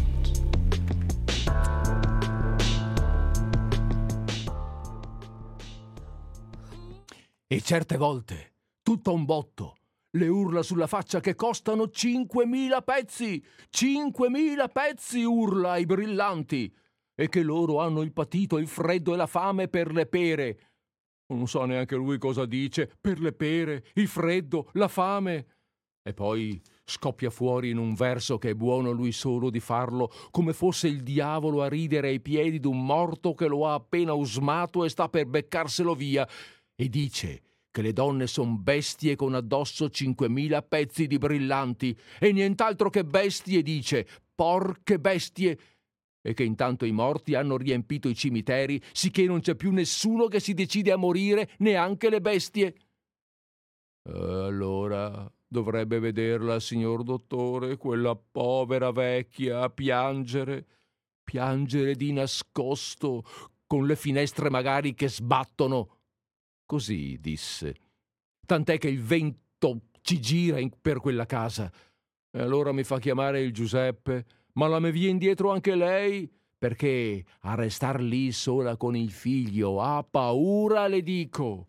E certe volte, tutto a un botto, le urla sulla faccia che costano cinquemila pezzi, cinquemila pezzi urla ai brillanti, e che loro hanno il patito, il freddo e la fame per le pere. Non sa neanche lui cosa dice, per le pere, il freddo, la fame. E poi scoppia fuori in un verso che è buono lui solo di farlo, come fosse il diavolo a ridere ai piedi d'un morto che lo ha appena usmato e sta per beccarselo via, e dice che le donne son bestie con addosso cinquemila pezzi di brillanti, e nient'altro che bestie, dice, porche bestie, e che intanto i morti hanno riempito i cimiteri, sicché non c'è più nessuno che si decide a morire, neanche le bestie. E allora dovrebbe vederla, signor dottore, quella povera vecchia, a piangere, piangere di nascosto, con le finestre magari che sbattono. Così disse. Tant'è che il vento ci gira in, per quella casa. E allora mi fa chiamare il Giuseppe, ma la me vien dietro anche lei, perché a restar lì sola con il figlio ha paura, le dico.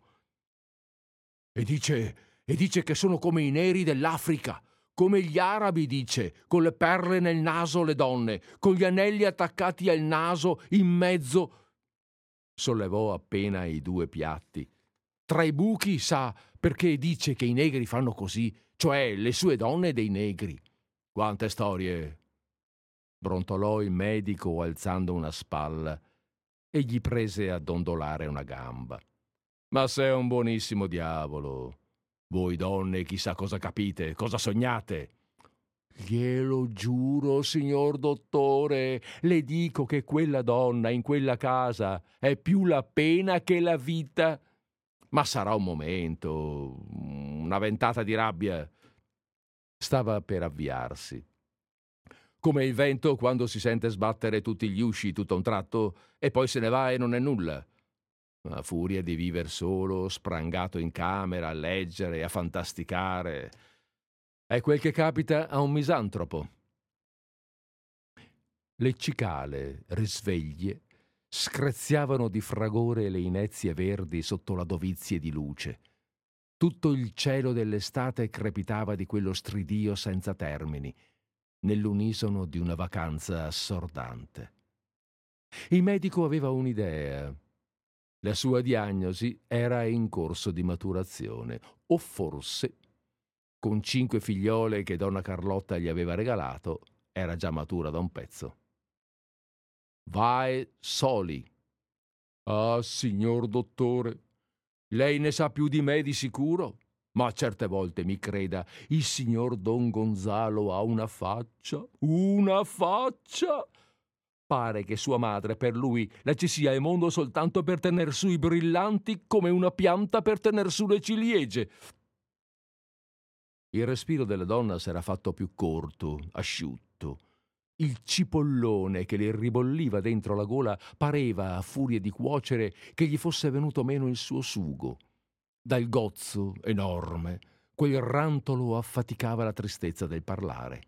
E dice, e dice che sono come i neri dell'Africa, come gli arabi, dice, con le perle nel naso le donne, con gli anelli attaccati al naso in mezzo. Sollevò appena i due piatti. Tra i buchi, sa, perché dice che i negri fanno così, cioè le sue donne dei negri. Quante storie! Brontolò il medico alzando una spalla e gli prese a dondolare una gamba. Ma sei un buonissimo diavolo. Voi donne chissà cosa capite, cosa sognate. Glielo giuro, signor dottore, le dico che quella donna in quella casa è più la pena che la vita. Ma sarà un momento, una ventata di rabbia. Stava per avviarsi. Come il vento quando si sente sbattere tutti gli usci tutto a un tratto e poi se ne va e non è nulla. A furia di viver solo, sprangato in camera a leggere, a fantasticare. È quel che capita a un misantropo. Le cicale, risveglie, screziavano di fragore le inezie verdi sotto la dovizie di luce. Tutto il cielo dell'estate crepitava di quello stridio senza termini, nell'unisono di una vacanza assordante. Il medico aveva un'idea. La sua diagnosi era in corso di maturazione, o forse, con cinque figliole che donna Carlotta gli aveva regalato, era già matura da un pezzo. Vae soli. Ah, signor dottore, lei ne sa più di me di sicuro, ma certe volte, mi creda, il signor Don Gonzalo ha una faccia, una faccia! Pare che sua madre per lui la ci sia al mondo soltanto per tener su i brillanti come una pianta per tener su le ciliegie. Il respiro della donna s'era fatto più corto, asciutto. Il cipollone che le ribolliva dentro la gola pareva, a furia di cuocere, che gli fosse venuto meno il suo sugo. Dal gozzo enorme, quel rantolo affaticava la tristezza del parlare.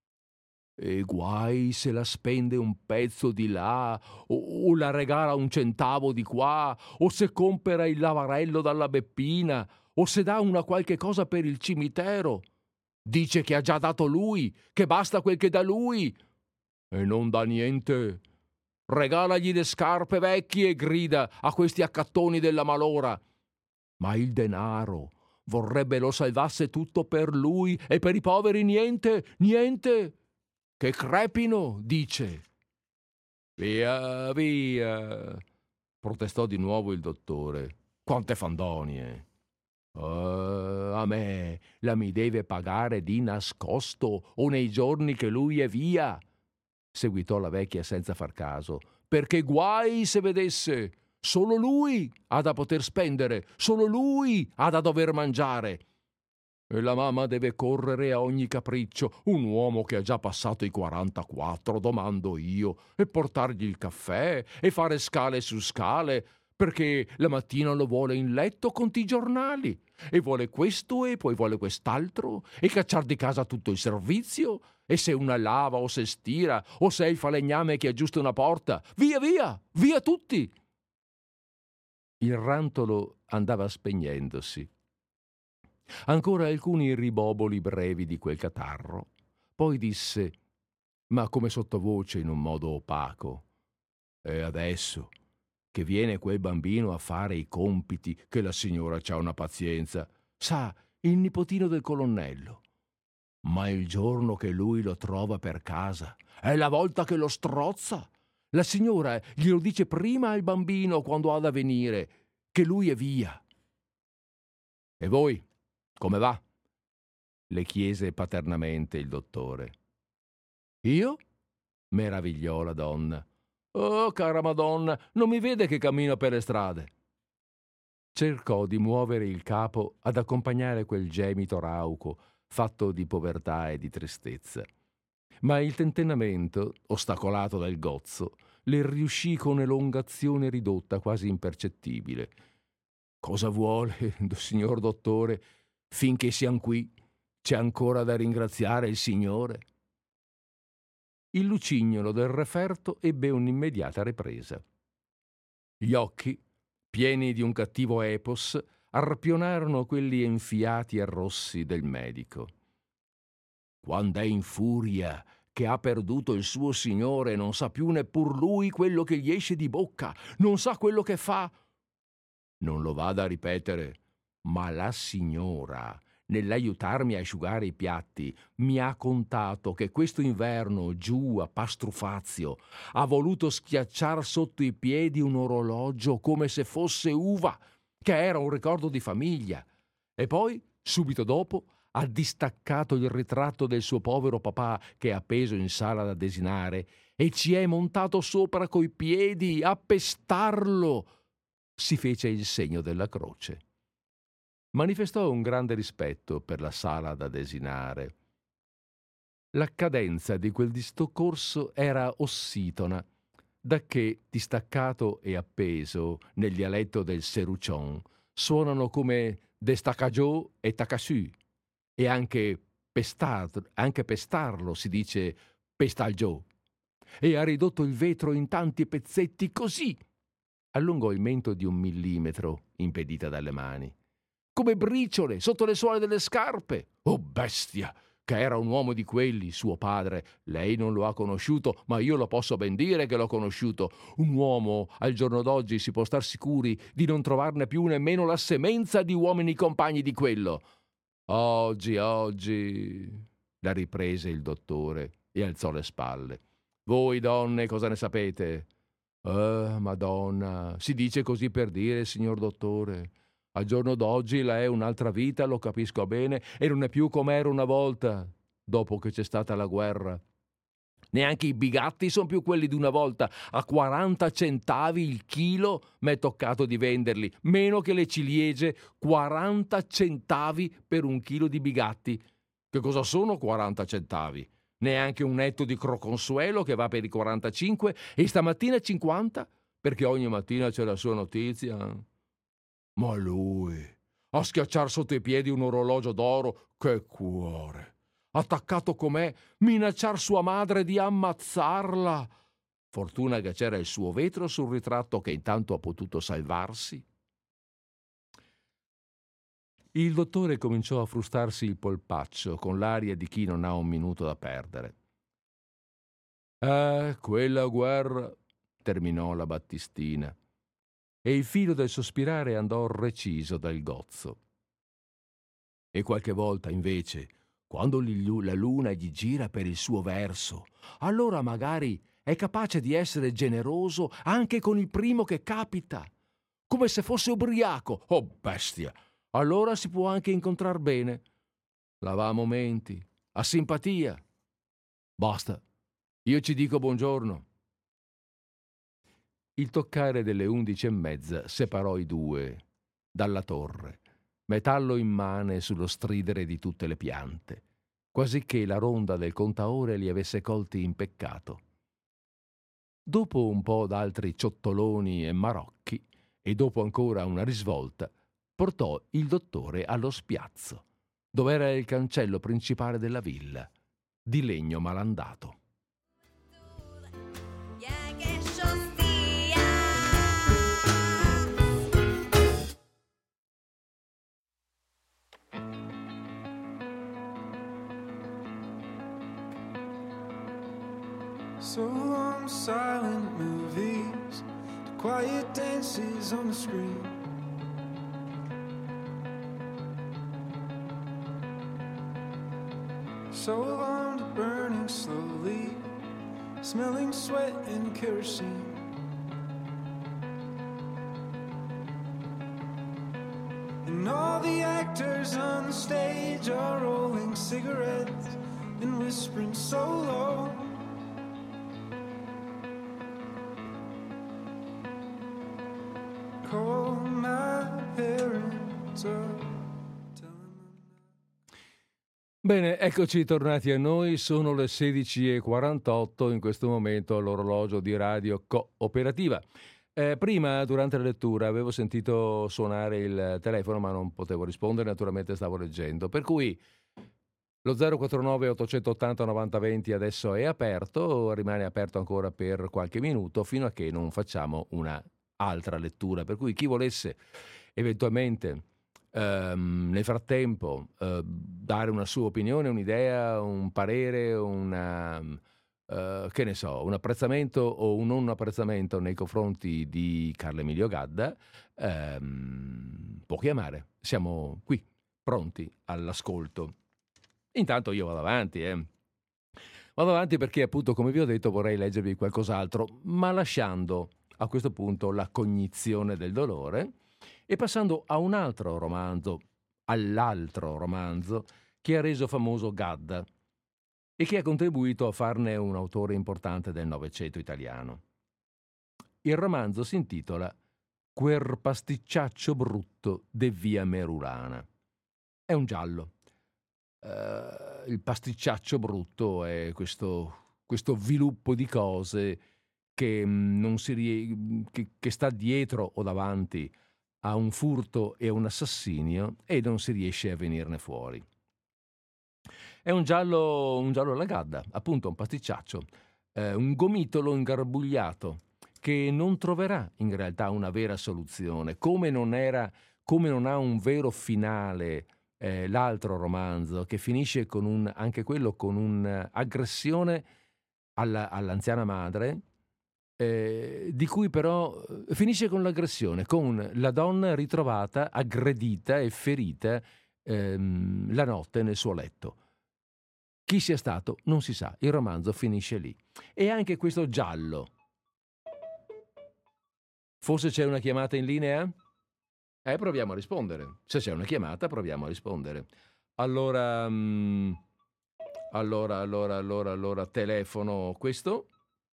E guai se la spende un pezzo di là, o, o la regala un centavo di qua, o se compera il lavarello dalla Beppina, o se dà una qualche cosa per il cimitero. Dice che ha già dato lui, che basta quel che dà lui. E non dà niente. Regalagli le scarpe vecchie e grida a questi accattoni della malora. Ma il denaro vorrebbe lo salvasse tutto per lui e per i poveri niente, niente. Che crepino, dice. Via, via, protestò di nuovo il dottore. Quante fandonie. Uh, a me la mi deve pagare di nascosto o nei giorni che lui è via, seguitò la vecchia senza far caso, perché guai se vedesse. Solo lui ha da poter spendere, solo lui ha da dover mangiare. E la mamma deve correre a ogni capriccio, un uomo che ha già passato i quarantaquattro, domando io, e portargli il caffè e fare scale su scale, perché la mattina lo vuole in letto con i giornali, e vuole questo e poi vuole quest'altro, e cacciar di casa tutto il servizio, e se una lava o se stira, o se è il falegname che aggiusta una porta, via via, via tutti. Il rantolo andava spegnendosi. Ancora alcuni riboboli brevi di quel catarro. Poi disse, ma come sottovoce in un modo opaco: e adesso che viene quel bambino a fare i compiti, che la signora c'ha una pazienza, sa, il nipotino del colonnello. Ma il giorno che lui lo trova per casa è la volta che lo strozza. La signora glielo dice prima al bambino quando ha da venire, che lui è via. E voi, come va? Le chiese paternamente il dottore. Io? Meravigliò la donna. Oh, cara Madonna, non mi vede che cammino per le strade? Cercò di muovere il capo ad accompagnare quel gemito rauco, fatto di povertà e di tristezza. Ma il tentennamento, ostacolato dal gozzo, le riuscì con elongazione ridotta, quasi impercettibile. Cosa vuole, signor dottore? Finché siamo qui, c'è ancora da ringraziare il Signore. Il lucignolo del referto ebbe un'immediata ripresa. Gli occhi, pieni di un cattivo epos, arpionarono quelli enfiati e rossi del medico. Quando è in furia, che ha perduto il suo signore, non sa più neppur lui quello che gli esce di bocca, non sa quello che fa. Non lo vada a ripetere, ma la signora, nell'aiutarmi a asciugare i piatti, mi ha contato che questo inverno giù a Pastrufazio ha voluto schiacciar sotto i piedi un orologio come se fosse uva, che era un ricordo di famiglia, e poi, subito dopo, ha distaccato il ritratto del suo povero papà che è appeso in sala da desinare e ci è montato sopra coi piedi a pestarlo. Si fece il segno della croce. Manifestò un grande rispetto per la sala da desinare. La cadenza di quel discorso era ossitona, dacché distaccato e appeso nel dialetto del Serucion suonano come destaccagiò e tacasù, e anche, pestar, anche pestarlo si dice pestalgiò, e ha ridotto il vetro in tanti pezzetti così. Allungò il mento di un millimetro, impedita dalle mani. Come briciole sotto le suole delle scarpe. Oh bestia, che era un uomo di quelli, suo padre. Lei non lo ha conosciuto, ma io lo posso ben dire che l'ho conosciuto. Un uomo, al giorno d'oggi, si può star sicuri di non trovarne più nemmeno la semenza di uomini compagni di quello. Oggi, oggi, la riprese il dottore e alzò le spalle. Voi donne cosa ne sapete? Eh, Madonna, si dice così per dire, signor dottore. Al giorno d'oggi la è un'altra vita, lo capisco bene, e non è più come era una volta, dopo che c'è stata la guerra. Neanche i bigatti sono più quelli di una volta. A quaranta centavi il chilo m'è toccato di venderli, meno che le ciliegie, quaranta centavi per un chilo di bigatti. Che cosa sono quaranta centavi? Neanche un netto di Croconsuelo che va per i quarantacinque e stamattina cinquanta? Perché ogni mattina c'è la sua notizia. Ma lui, a schiacciar sotto i piedi un orologio d'oro, che cuore! Attaccato com'è, minacciar sua madre di ammazzarla. Fortuna che c'era il suo vetro sul ritratto che intanto ha potuto salvarsi. Il dottore cominciò a frustarsi il polpaccio con l'aria di chi non ha un minuto da perdere. Ah, quella guerra, terminò la Battistina, e il filo del sospirare andò reciso dal gozzo. E qualche volta, invece, quando la luna gli gira per il suo verso, allora magari è capace di essere generoso anche con il primo che capita, come se fosse ubriaco. Oh, bestia! Allora si può anche incontrar bene. La va a momenti, a simpatia. Basta, io ci dico buongiorno. Il toccare delle undici e mezza separò i due dalla torre, metallo immane sullo stridere di tutte le piante, quasi che la ronda del contaore li avesse colti in peccato. Dopo un po' d'altri ciottoloni e marocchi, e dopo ancora una risvolta, portò il dottore allo spiazzo, dove era il cancello principale della villa, di legno malandato. So long silent movies, to quiet dances on the screen. So long to burning slowly, smelling sweat and kerosene. And all the actors on the stage are rolling cigarettes and whispering so low. Call my parents up. Bene, eccoci tornati a noi, sono le sedici e quarantotto in questo momento all'orologio di Radio Cooperativa. Eh, prima, durante la lettura, avevo sentito suonare il telefono ma non potevo rispondere, naturalmente stavo leggendo, per cui lo zero quattro nove otto otto zero nove zero due zero adesso è aperto, rimane aperto ancora per qualche minuto fino a che non facciamo una altra lettura, per cui chi volesse eventualmente Um, nel frattempo uh, dare una sua opinione, un'idea, un parere, una, uh, che ne so, un apprezzamento o un non apprezzamento nei confronti di Carlo Emilio Gadda, um, può chiamare, siamo qui pronti all'ascolto. Intanto io vado avanti eh. vado avanti perché appunto, come vi ho detto, vorrei leggervi qualcos'altro, ma lasciando a questo punto la cognizione del dolore e passando a un altro romanzo, all'altro romanzo che ha reso famoso Gadda e che ha contribuito a farne un autore importante del Novecento italiano. Il romanzo si intitola Quer pasticciaccio brutto de via Merulana. È un giallo. Uh, il pasticciaccio brutto è questo, questo viluppo di cose che, non si rie- che, che sta dietro o davanti a un furto e a un assassinio e non si riesce a venirne fuori. È un giallo, un giallo alla Gadda, appunto un pasticciaccio, eh, un gomitolo ingarbugliato che non troverà in realtà una vera soluzione, come non era, come non ha un vero finale eh, l'altro romanzo che finisce con un, anche quello con un'aggressione alla, all'anziana madre. Eh, di cui però finisce con l'aggressione, con la donna ritrovata aggredita e ferita ehm, la notte nel suo letto. Chi sia stato non si sa, il romanzo finisce lì. E anche questo giallo Forse c'è una chiamata in linea? Eh, proviamo a rispondere. Se c'è una chiamata, proviamo a rispondere. Allora, mm, allora, allora, allora, allora, telefono questo.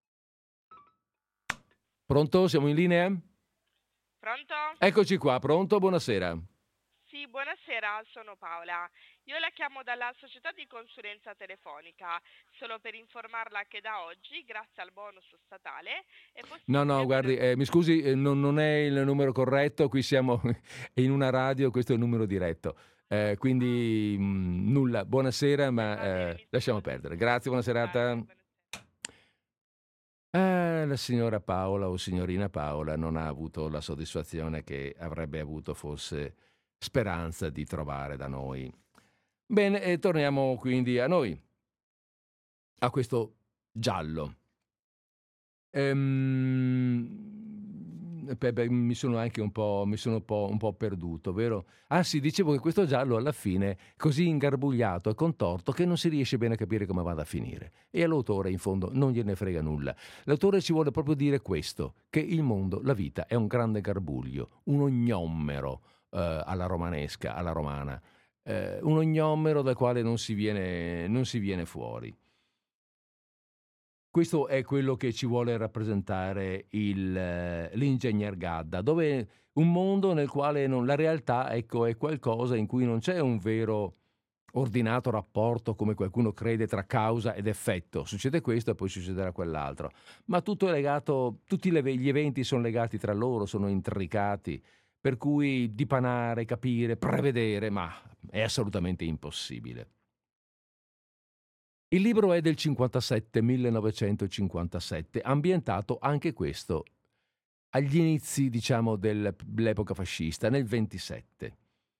Pronto? Siamo in linea? Pronto? Eccoci qua, pronto? Buonasera. Sì, buonasera, sono Paola. Io la chiamo dalla società di consulenza telefonica, solo per informarla che da oggi, grazie al bonus statale, è possibile... No, no, guardi, eh, mi scusi, eh, non, non è il numero corretto, qui siamo in una radio, questo è il numero diretto. Eh, quindi mh, nulla, buonasera, ma eh, lasciamo perdere. Grazie, buona serata. Eh, la signora Paola o signorina Paola non ha avuto la soddisfazione che avrebbe avuto forse speranza di trovare da noi. Bene, e torniamo quindi a noi, a questo giallo. Ehm, beh, beh, mi sono anche un po', mi sono un po', un po' perduto, vero? Ah sì, dicevo che questo giallo alla fine è così ingarbugliato e contorto che non si riesce bene a capire come vada a finire. E all'autore, in fondo, non gliene frega nulla. L'autore ci vuole proprio dire questo, che il mondo, la vita, è un grande garbuglio, un ognommero eh, alla romanesca, alla romana, eh, un ognommero dal quale non si viene, non si viene fuori. Questo è quello che ci vuole rappresentare il, l'ingegner Gadda, dove un mondo nel quale non, la realtà, ecco, è qualcosa in cui non c'è un vero ordinato rapporto, come qualcuno crede, tra causa ed effetto. Succede questo e poi succederà quell'altro. Ma tutto è legato, tutti gli eventi sono legati tra loro, sono intricati, per cui dipanare, capire, prevedere, ma è assolutamente impossibile. Il libro è del cinquantasette, millenovecentocinquantasette, ambientato anche questo agli inizi, diciamo, dell'epoca fascista, nel ventisette.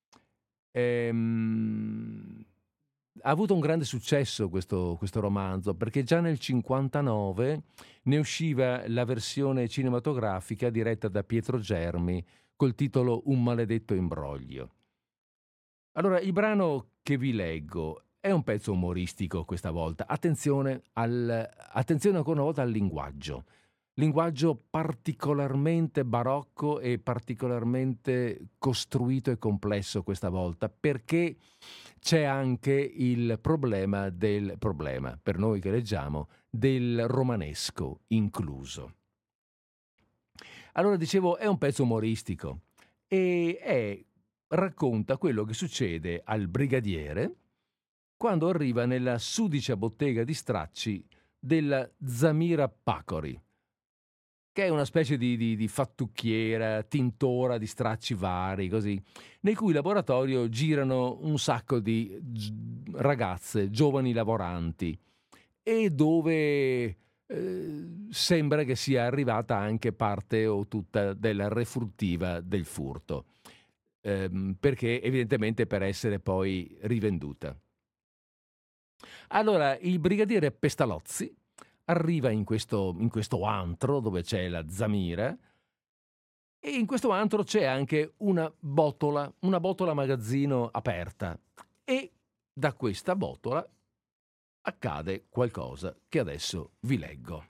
Ehm, ha avuto un grande successo questo, questo romanzo, perché già nel cinquantanove ne usciva la versione cinematografica diretta da Pietro Germi col titolo Un maledetto imbroglio. Allora, il brano che vi leggo è un pezzo umoristico questa volta. Attenzione, al, attenzione ancora una volta al linguaggio. Linguaggio particolarmente barocco e particolarmente costruito e complesso questa volta, perché c'è anche il problema del problema, per noi che leggiamo, del romanesco incluso. Allora, dicevo, è un pezzo umoristico e è, racconta quello che succede al brigadiere quando arriva nella sudicia bottega di stracci della Zamira Pacori, che è una specie di, di, di fattucchiera, tintora di stracci vari, così, nel cui laboratorio girano un sacco di ragazze, giovani lavoranti, e dove eh, sembra che sia arrivata anche parte o tutta della refurtiva del furto, ehm, perché evidentemente per essere poi rivenduta. Allora, il brigadiere Pestalozzi arriva in questo, in questo antro dove c'è la Zamira, e in questo antro c'è anche una botola, una botola magazzino aperta, e da questa botola accade qualcosa che adesso vi leggo.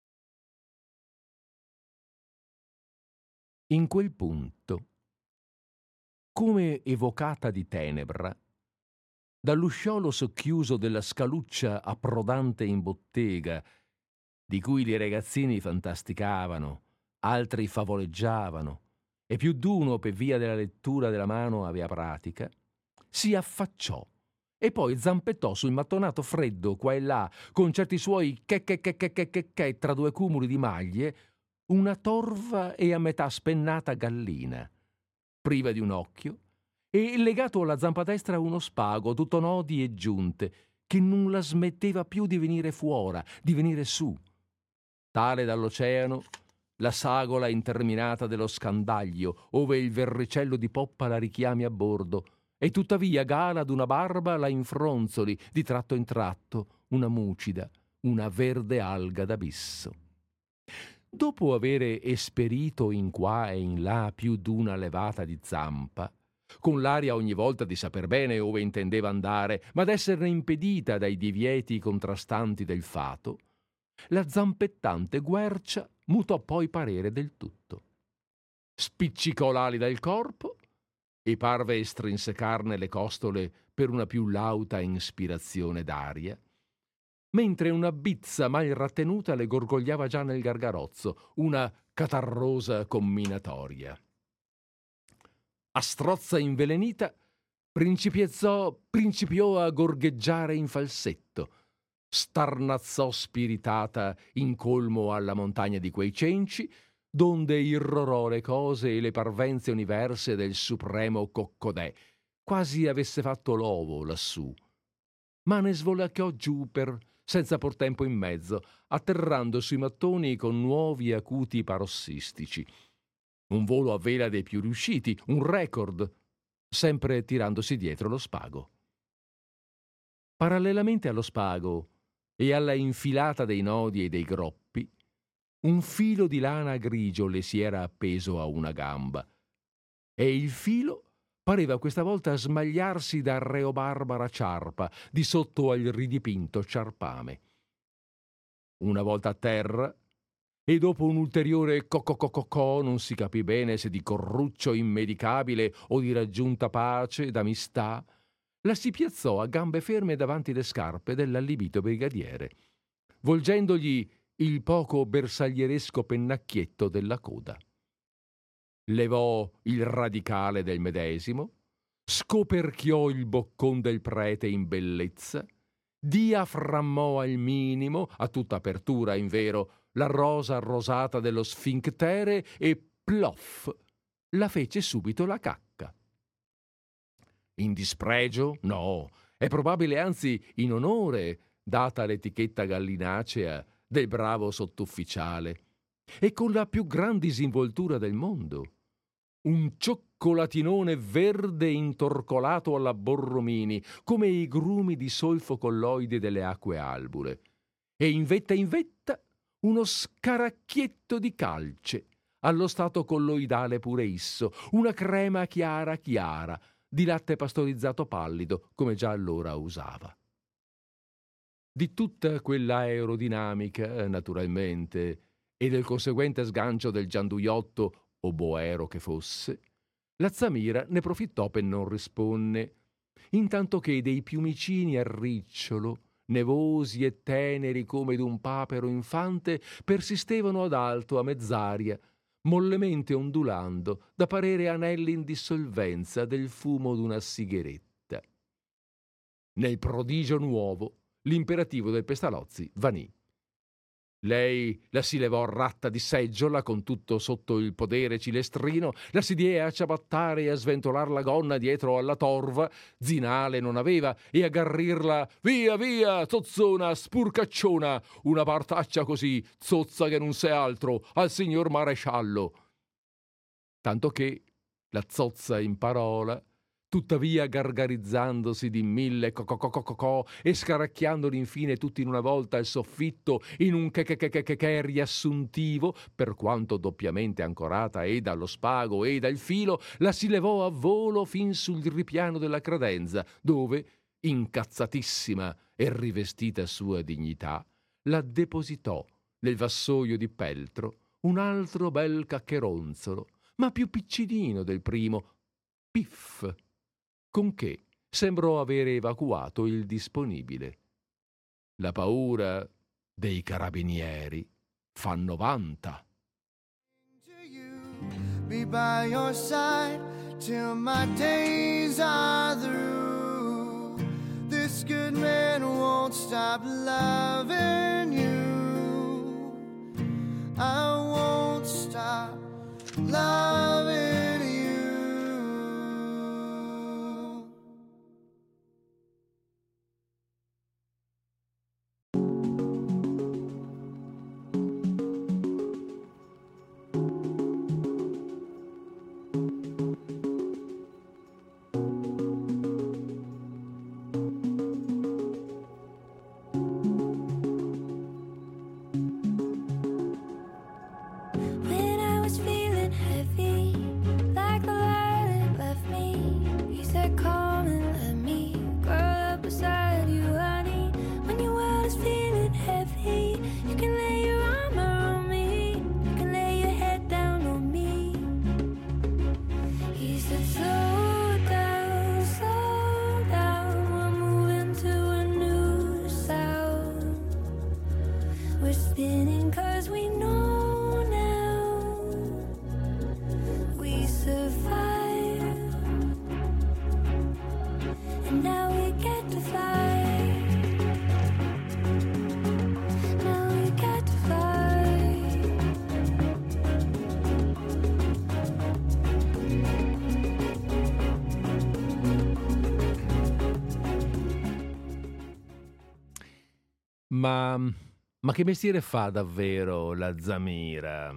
In quel punto, come evocata di tenebra, dall'usciolo socchiuso della scaluccia approdante in bottega, di cui i ragazzini fantasticavano, altri favoleggiavano, e più d'uno per via della lettura della mano avea pratica, si affacciò e poi zampettò sul mattonato freddo qua e là, con certi suoi che che che che che che che tra due cumuli di maglie, una torva e a metà spennata gallina, priva di un occhio, e legato alla zampa destra uno spago tutto nodi e giunte, che non la smetteva più di venire fuora, di venire su. Tale dall'oceano la sagola interminata dello scandaglio, ove il verricello di poppa la richiami a bordo, e tuttavia gala d'una barba la infronzoli di tratto in tratto, una mucida, una verde alga d'abisso. Dopo avere esperito in qua e in là più d'una levata di zampa, con l'aria ogni volta di saper bene ove intendeva andare, ma d'esserne impedita dai divieti contrastanti del fato, la zampettante guercia mutò poi parere del tutto. spiccicò l'ali dal corpo e parve strinsecarne le costole per una più lauta inspirazione d'aria, mentre una bizza mal rattenuta le gorgogliava già nel gargarozzo, una catarrosa comminatoria. A strozza invelenita principiò, principiò a gorgheggiare in falsetto, starnazzò spiritata in colmo alla montagna di quei cenci, donde irrorò le cose e le parvenze universe del supremo coccodè, quasi avesse fatto l'ovo lassù, ma ne svolacchiò giù per senza por tempo in mezzo, atterrando sui mattoni con nuovi acuti parossistici. Un volo a vela dei più riusciti, un record, sempre tirandosi dietro lo spago. Parallelamente allo spago e alla infilata dei nodi e dei groppi, un filo di lana grigio le si era appeso a una gamba, e il filo pareva questa volta smagliarsi da reobarbara ciarpa di sotto al ridipinto ciarpame. Una volta a terra, e dopo un ulteriore cococococò, non si capì bene se di corruccio immedicabile o di raggiunta pace d'amistà, la si piazzò a gambe ferme davanti le scarpe dell'allibito brigadiere, volgendogli il poco bersaglieresco pennacchietto della coda. Levò il radicale del medesimo, scoperchiò il boccon del prete in bellezza, diaframmò al minimo, a tutta apertura invero, la rosa rosata dello sfinctere e ploff, la fece subito la cacca. In dispregio? No, è probabile anzi in onore, data l'etichetta gallinacea del bravo sottufficiale, e con la più gran disinvoltura del mondo. Un cioccolatinone verde intorcolato alla Borromini, come i grumi di solfo colloide delle acque albule, e in vetta in vetta uno scaracchietto di calce, allo stato colloidale pure esso, una crema chiara chiara, di latte pastorizzato pallido, come già allora usava. Di tutta quell'aerodinamica, naturalmente, e del conseguente sgancio del gianduiotto o boero che fosse, la Zamira ne profittò per non risponne, intanto che dei piumicini a ricciolo, nevosi e teneri come d'un papero infante, persistevano ad alto a mezz'aria, mollemente ondulando, da parere anelli in dissolvenza del fumo d'una sigheretta. Nel prodigio nuovo, l'imperativo del Pestalozzi vanì. Lei la si levò ratta di seggiola, con tutto sotto il podere cilestrino, la si die a ciabattare e a sventolar la gonna dietro alla torva, zinale non aveva, e a garrirla via via, zozzona, spurcacciona, una partaccia così, zozza che non sei altro, al signor maresciallo. Tanto che la zozza in parola, tuttavia gargarizzandosi di mille cococococò e scaracchiandoli infine tutti in una volta al soffitto in un che che che che che che riassuntivo, per quanto doppiamente ancorata e dallo spago e dal filo, la si levò a volo fin sul ripiano della credenza, dove, incazzatissima e rivestita sua dignità, la depositò nel vassoio di peltro un altro bel caccheronzolo, ma più piccinino del primo, piff, con che sembrò avere evacuato il disponibile. La paura dei carabinieri fa novanta. Be by your side till my days are through. This good man won't stop loving you. I won't stop loving you. When I was feeling heavy Ma, ma che mestiere fa davvero la Zamira?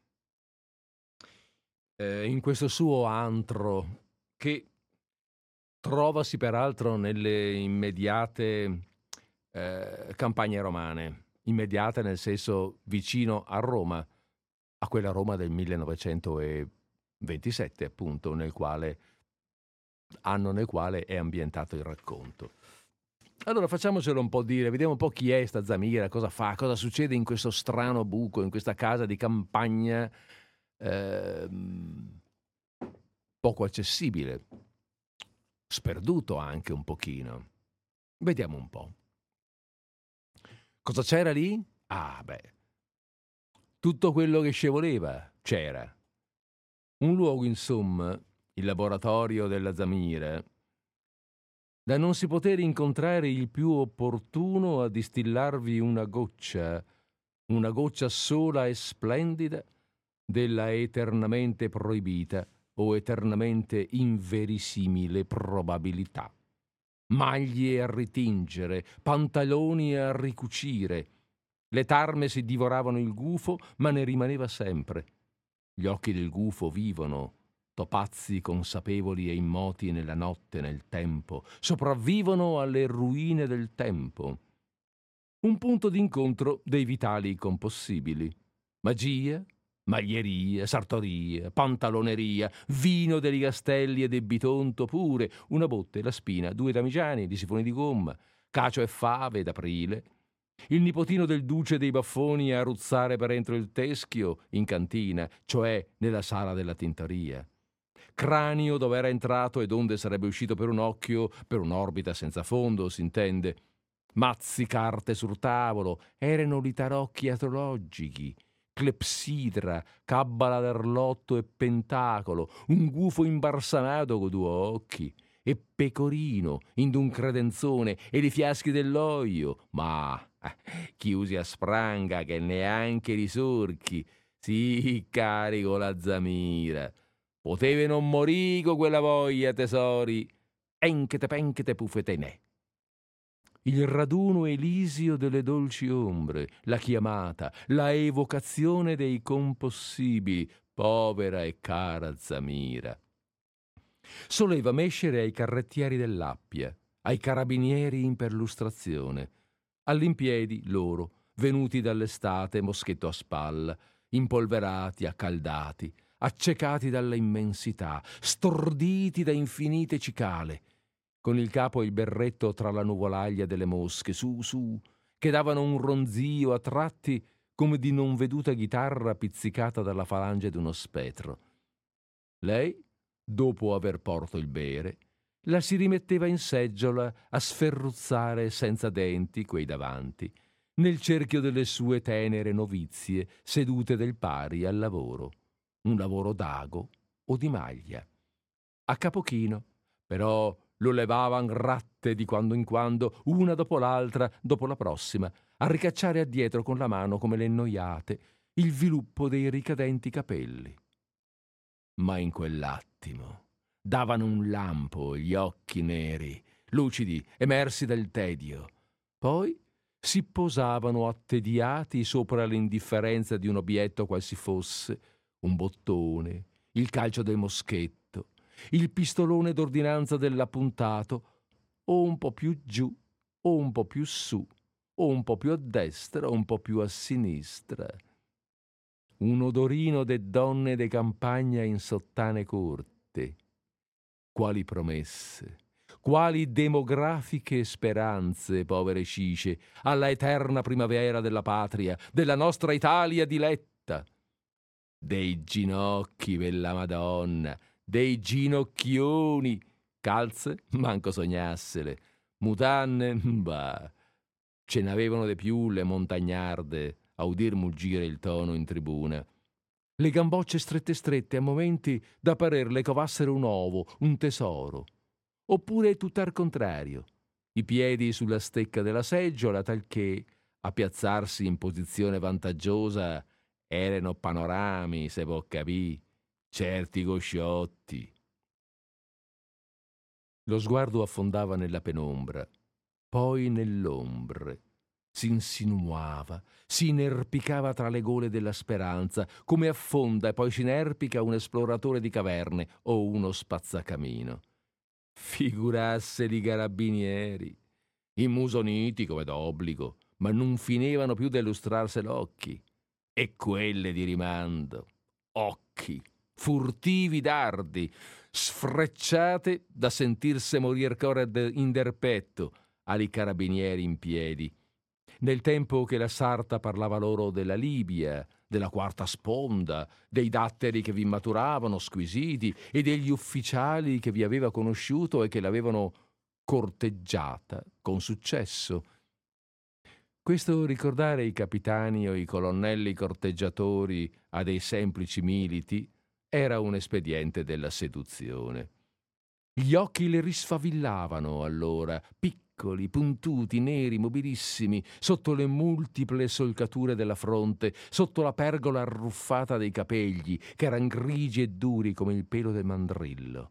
Eh, in questo suo antro, che trovasi peraltro nelle immediate eh, campagne romane, immediate nel senso vicino a Roma, a quella Roma del millenovecentoventisette, appunto, nel quale, anno nel quale è ambientato il racconto. Allora facciamocelo un po' dire, vediamo un po' chi è sta Zamira, cosa fa, cosa succede in questo strano buco, in questa casa di campagna eh, poco accessibile, sperduto anche un pochino. Vediamo un po'. Cosa c'era lì? Ah, beh, tutto quello che scevoleva c'era. Un luogo, insomma, il laboratorio della Zamira, da non si poter incontrare il più opportuno a distillarvi una goccia, una goccia sola e splendida della eternamente proibita o eternamente inverosimile probabilità. Maglie a ritingere, pantaloni a ricucire. Le tarme si divoravano il gufo, ma ne rimaneva sempre. Gli occhi del gufo vivono, topazzi consapevoli e immoti nella notte, nel tempo, sopravvivono alle ruine del tempo. Un punto d'incontro dei vitali compossibili. Magia, maglieria, sartoria, pantaloneria, vino degli Castelli e del Bitonto pure, una botte, la spina, due damigiani di sifoni di gomma, cacio e fave d'aprile, il nipotino del duce dei baffoni a ruzzare per entro il teschio in cantina, cioè nella sala della tintoria. Cranio dove era entrato e donde sarebbe uscito per un occhio, per un'orbita senza fondo, s'intende. Mazzi carte sul tavolo, erano li tarocchi astrologici, clepsidra, cabala d'arlotto e pentacolo, un gufo imbalsamato co' due occhi, e pecorino in d'un credenzone e i fiaschi dell'olio, ma eh, chiusi a spranga che neanche risorchi. Sì, carico la Zamira. Potevi non morì con quella voglia, tesori. Enchete penchete pufetene. Il raduno elisio delle dolci ombre, la chiamata, la evocazione dei compossibili, povera e cara Zamira. Soleva mescere ai carrettieri dell'Appia, ai carabinieri in perlustrazione, all'impiedi loro, venuti dall'estate, moschetto a spalla, impolverati, accaldati, accecati dalla immensità, storditi da infinite cicale, con il capo e il berretto tra la nuvolaglia delle mosche, su, su, che davano un ronzio a tratti come di non veduta chitarra pizzicata dalla falange d'uno spettro. Lei, dopo aver porto il bere, la si rimetteva in seggiola a sferruzzare senza denti quei davanti, nel cerchio delle sue tenere novizie sedute del pari al lavoro, un lavoro d'ago o di maglia. A capo chino, però, lo levavan ratte di quando in quando, una dopo l'altra, dopo la prossima, a ricacciare addietro con la mano come le innoiate il viluppo dei ricadenti capelli. Ma in quell'attimo davano un lampo gli occhi neri, lucidi, emersi dal tedio. Poi si posavano attediati sopra l'indifferenza di un obietto qual si fosse, un bottone, il calcio del moschetto, il pistolone d'ordinanza dell'appuntato, o un po' più giù, o un po' più su, o un po' più a destra, o un po' più a sinistra. Un odorino de donne de campagna in sottane corte. Quali promesse, quali demografiche speranze, povere cice, alla eterna primavera della patria, della nostra Italia diletta. Dei ginocchi, bella Madonna, dei ginocchioni, calze, manco sognassele, mutanne, bah, ce n'avevano de più le montagnarde a udir muggire il tono in tribuna. Le gambocce strette strette a momenti da parer le covassero un ovo, un tesoro, oppure tutt'al contrario, i piedi sulla stecca della seggiola, talché a piazzarsi in posizione vantaggiosa erano panorami, se può capì, certi cosciotti. Lo sguardo affondava nella penombra, poi nell'ombre, si insinuava, si inerpicava tra le gole della speranza, come affonda e poi si inerpica un esploratore di caverne o uno spazzacamino. Figurasse i carabinieri, immusoniti come d'obbligo, ma non finivano più di lustrarsi l'occhi. E quelle di rimando, occhi, furtivi dardi, sfrecciate da sentirse morir core in derpetto ali carabinieri in piedi. Nel tempo che la sarta parlava loro della Libia, della quarta sponda, dei datteri che vi maturavano squisiti e degli ufficiali che vi aveva conosciuto e che l'avevano corteggiata con successo. Questo ricordare i capitani o i colonnelli corteggiatori a dei semplici militi era un espediente della seduzione. Gli occhi le risfavillavano allora, piccoli, puntuti, neri, mobilissimi, sotto le multiple solcature della fronte, sotto la pergola arruffata dei capegli, che eran grigi e duri come il pelo del mandrillo.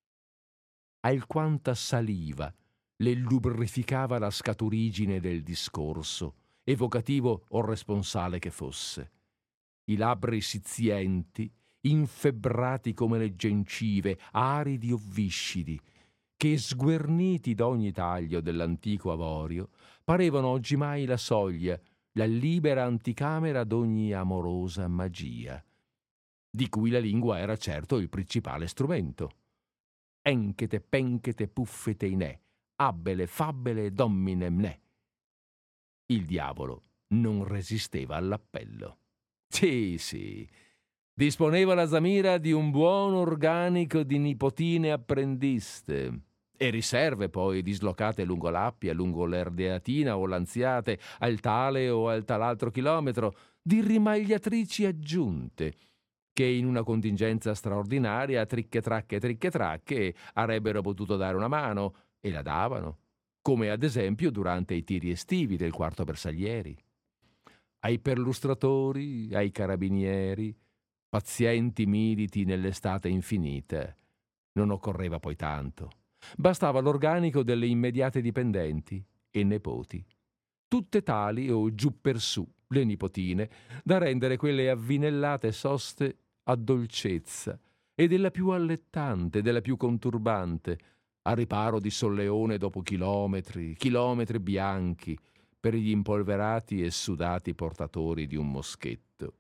Alquanta saliva le lubrificava la scaturigine del discorso, evocativo o responsale che fosse. I labbri sizienti, infebbrati come le gencive, aridi o viscidi, che, sguerniti d'ogni taglio dell'antico avorio, parevano oggimai la soglia, la libera anticamera d'ogni amorosa magia, di cui la lingua era certo il principale strumento. Enchete, penchete, puffete inè, abbele, fabbele, domine mne. Il diavolo non resisteva all'appello. Sì, sì, disponeva la Zamira di un buon organico di nipotine apprendiste e riserve poi dislocate lungo l'Appia, lungo l'Erdeatina o l'Anziate, al tale o al tal'altro chilometro, di rimagliatrici aggiunte, che in una contingenza straordinaria, tricche tracche tricche tracche, avrebbero potuto dare una mano, e la davano, come ad esempio durante i tiri estivi del quarto bersaglieri. Ai perlustratori, ai carabinieri, pazienti militi nell'estate infinita, non occorreva poi tanto. Bastava l'organico delle immediate dipendenti e nepoti, tutte tali o giù per su, le nipotine, da rendere quelle avvinellate soste a dolcezza e della più allettante, della più conturbante, a riparo di solleone dopo chilometri, chilometri bianchi, per gli impolverati e sudati portatori di un moschetto.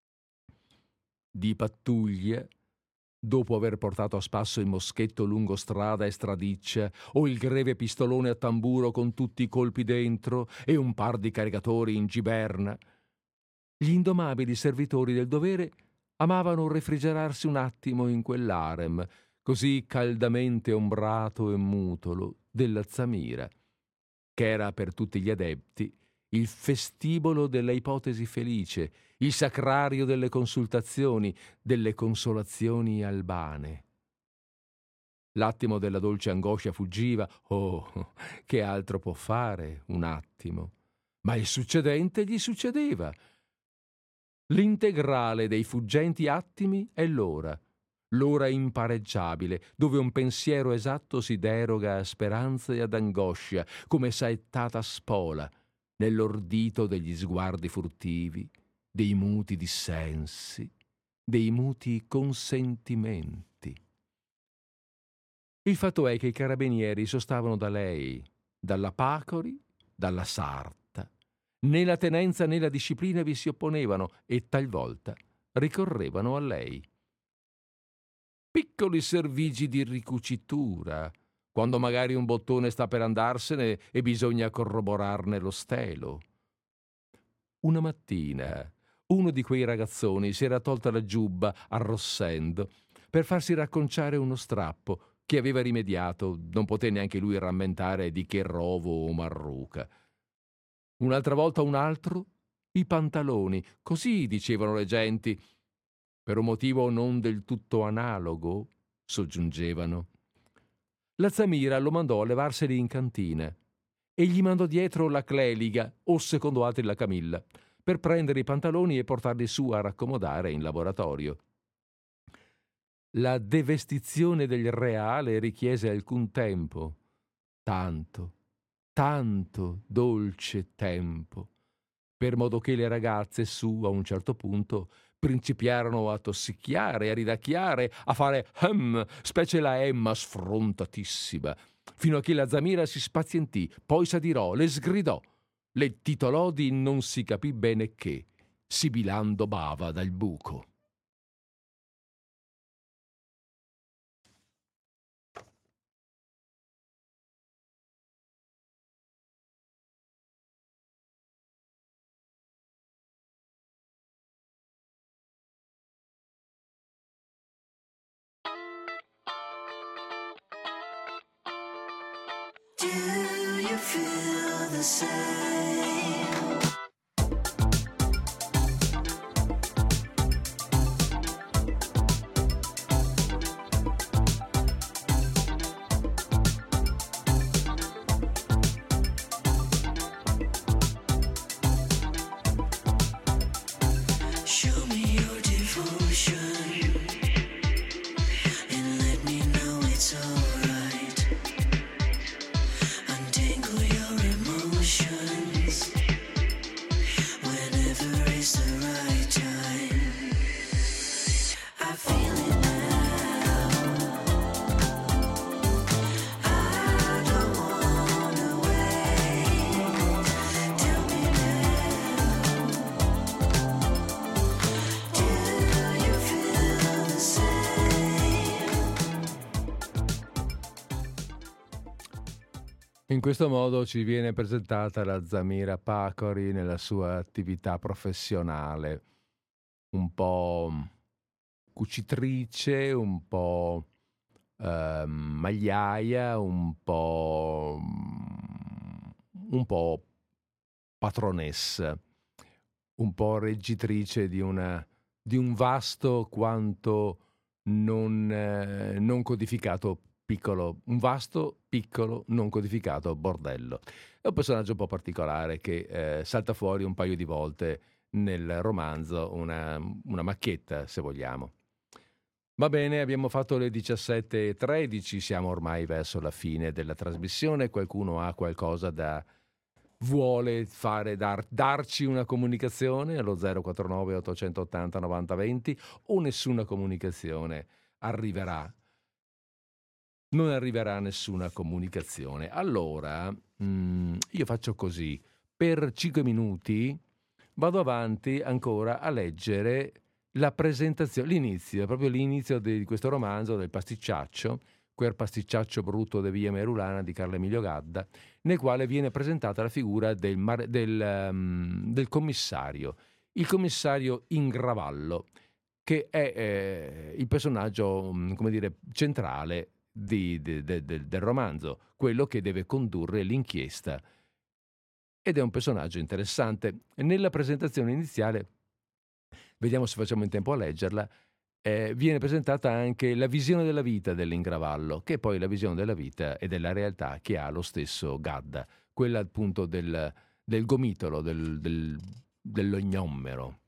Di pattuglia, dopo aver portato a spasso il moschetto lungo strada e stradiccia, o il greve pistolone a tamburo con tutti i colpi dentro e un par di caricatori in giberna, gli indomabili servitori del dovere amavano refrigerarsi un attimo in quell'arem, così caldamente ombrato e mutolo, della Zamira, che era per tutti gli adepti il festibolo della ipotesi felice, il sacrario delle consultazioni, delle consolazioni albane. L'attimo della dolce angoscia fuggiva, oh, che altro può fare un attimo? Ma il succedente gli succedeva. L'integrale dei fuggenti attimi è l'ora, l'ora impareggiabile, dove un pensiero esatto si deroga a speranza e ad angoscia, come saettata spola, nell'ordito degli sguardi furtivi, dei muti dissensi, dei muti consentimenti. Il fatto è che i carabinieri sostavano da lei, dalla Pacori, dalla Sarta. Né la tenenza né la disciplina vi si opponevano e talvolta ricorrevano a lei. Piccoli servigi di ricucitura, quando magari un bottone sta per andarsene e bisogna corroborarne lo stelo. Una mattina uno di quei ragazzoni si era tolta la giubba arrossendo per farsi racconciare uno strappo che aveva rimediato, non poté neanche lui rammentare di che rovo o marruca. Un'altra volta un altro, i pantaloni, così dicevano le genti, per un motivo non del tutto analogo, soggiungevano. La Zamira lo mandò a levarseli in cantina e gli mandò dietro la Cleliga, o secondo altri la Camilla, per prendere i pantaloni e portarli su a raccomodare in laboratorio. La devestizione del reale richiese alcun tempo, tanto, tanto dolce tempo, per modo che le ragazze su a un certo punto principiarono a tossicchiare, a ridacchiare, a fare hem, specie la Emma sfrontatissima, fino a che la Zamira si spazientì, poi s'adirò, le sgridò, le titolò di non si capì bene che, sibilando bava dal buco. Do you feel the same? Show me your devotion and let me know it's alright. Untangle your emotions whenever is the right time. I feel it now. I don't wanna wait. Tell me now. Do you feel the same? In questo modo ci viene presentata la Zamira Pacori nella sua attività professionale, un po' cucitrice, un po' ehm, magliaia, un po' un po' patronessa, un po' reggitrice di una di un vasto quanto non, eh, non codificato piccolo, un vasto, piccolo, non codificato bordello. È un personaggio un po' particolare che eh, salta fuori un paio di volte nel romanzo, una, una macchietta, se vogliamo. Va bene, abbiamo fatto le diciassette e tredici, siamo ormai verso la fine della trasmissione. Qualcuno ha qualcosa da vuole fare, dar, darci una comunicazione allo zero quattro nove otto otto zero nove zero due zero o nessuna comunicazione arriverà? Non arriverà nessuna comunicazione. Allora, mh, io faccio così. Per cinque minuti vado avanti ancora a leggere la presentazione, l'inizio, proprio l'inizio di questo romanzo del pasticciaccio, quel pasticciaccio brutto de via Merulana di Carlo Emilio Gadda, nel quale viene presentata la figura del, mar- del, um, del commissario, il commissario Ingravallo, che è eh, il personaggio, um, come dire, centrale Di, de, de, de, del romanzo, quello che deve condurre l'inchiesta, ed è un personaggio interessante. Nella presentazione iniziale, vediamo se facciamo in tempo a leggerla, eh, viene presentata anche la visione della vita dell'Ingravallo, che è poi la visione della vita e della realtà che ha lo stesso Gadda, quella appunto del, del gomitolo, del, del, dello gnommero.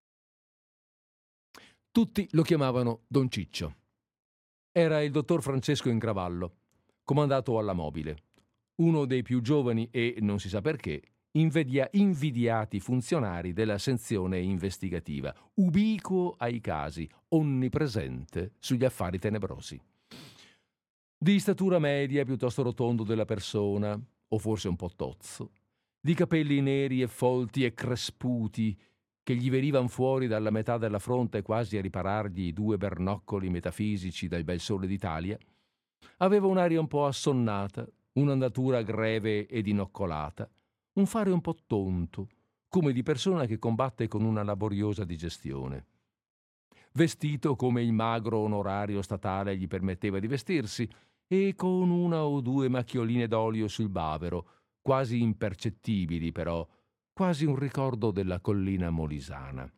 Tutti lo chiamavano Don Ciccio. Era il dottor Francesco Ingravallo, comandato alla mobile, uno dei più giovani e, non si sa perché, invidia- invidiati funzionari della sezione investigativa, ubiquo ai casi, onnipresente sugli affari tenebrosi. Di statura media, piuttosto rotondo della persona, o forse un po' tozzo, di capelli neri e folti e cresputi, che gli venivan fuori dalla metà della fronte quasi a riparargli i due bernoccoli metafisici del bel sole d'Italia, aveva un'aria un po' assonnata, un'andatura greve ed inoccolata, un fare un po' tonto, come di persona che combatte con una laboriosa digestione. Vestito come il magro onorario statale gli permetteva di vestirsi, e con una o due macchioline d'olio sul bavero, quasi impercettibili però, quasi un ricordo della collina molisana.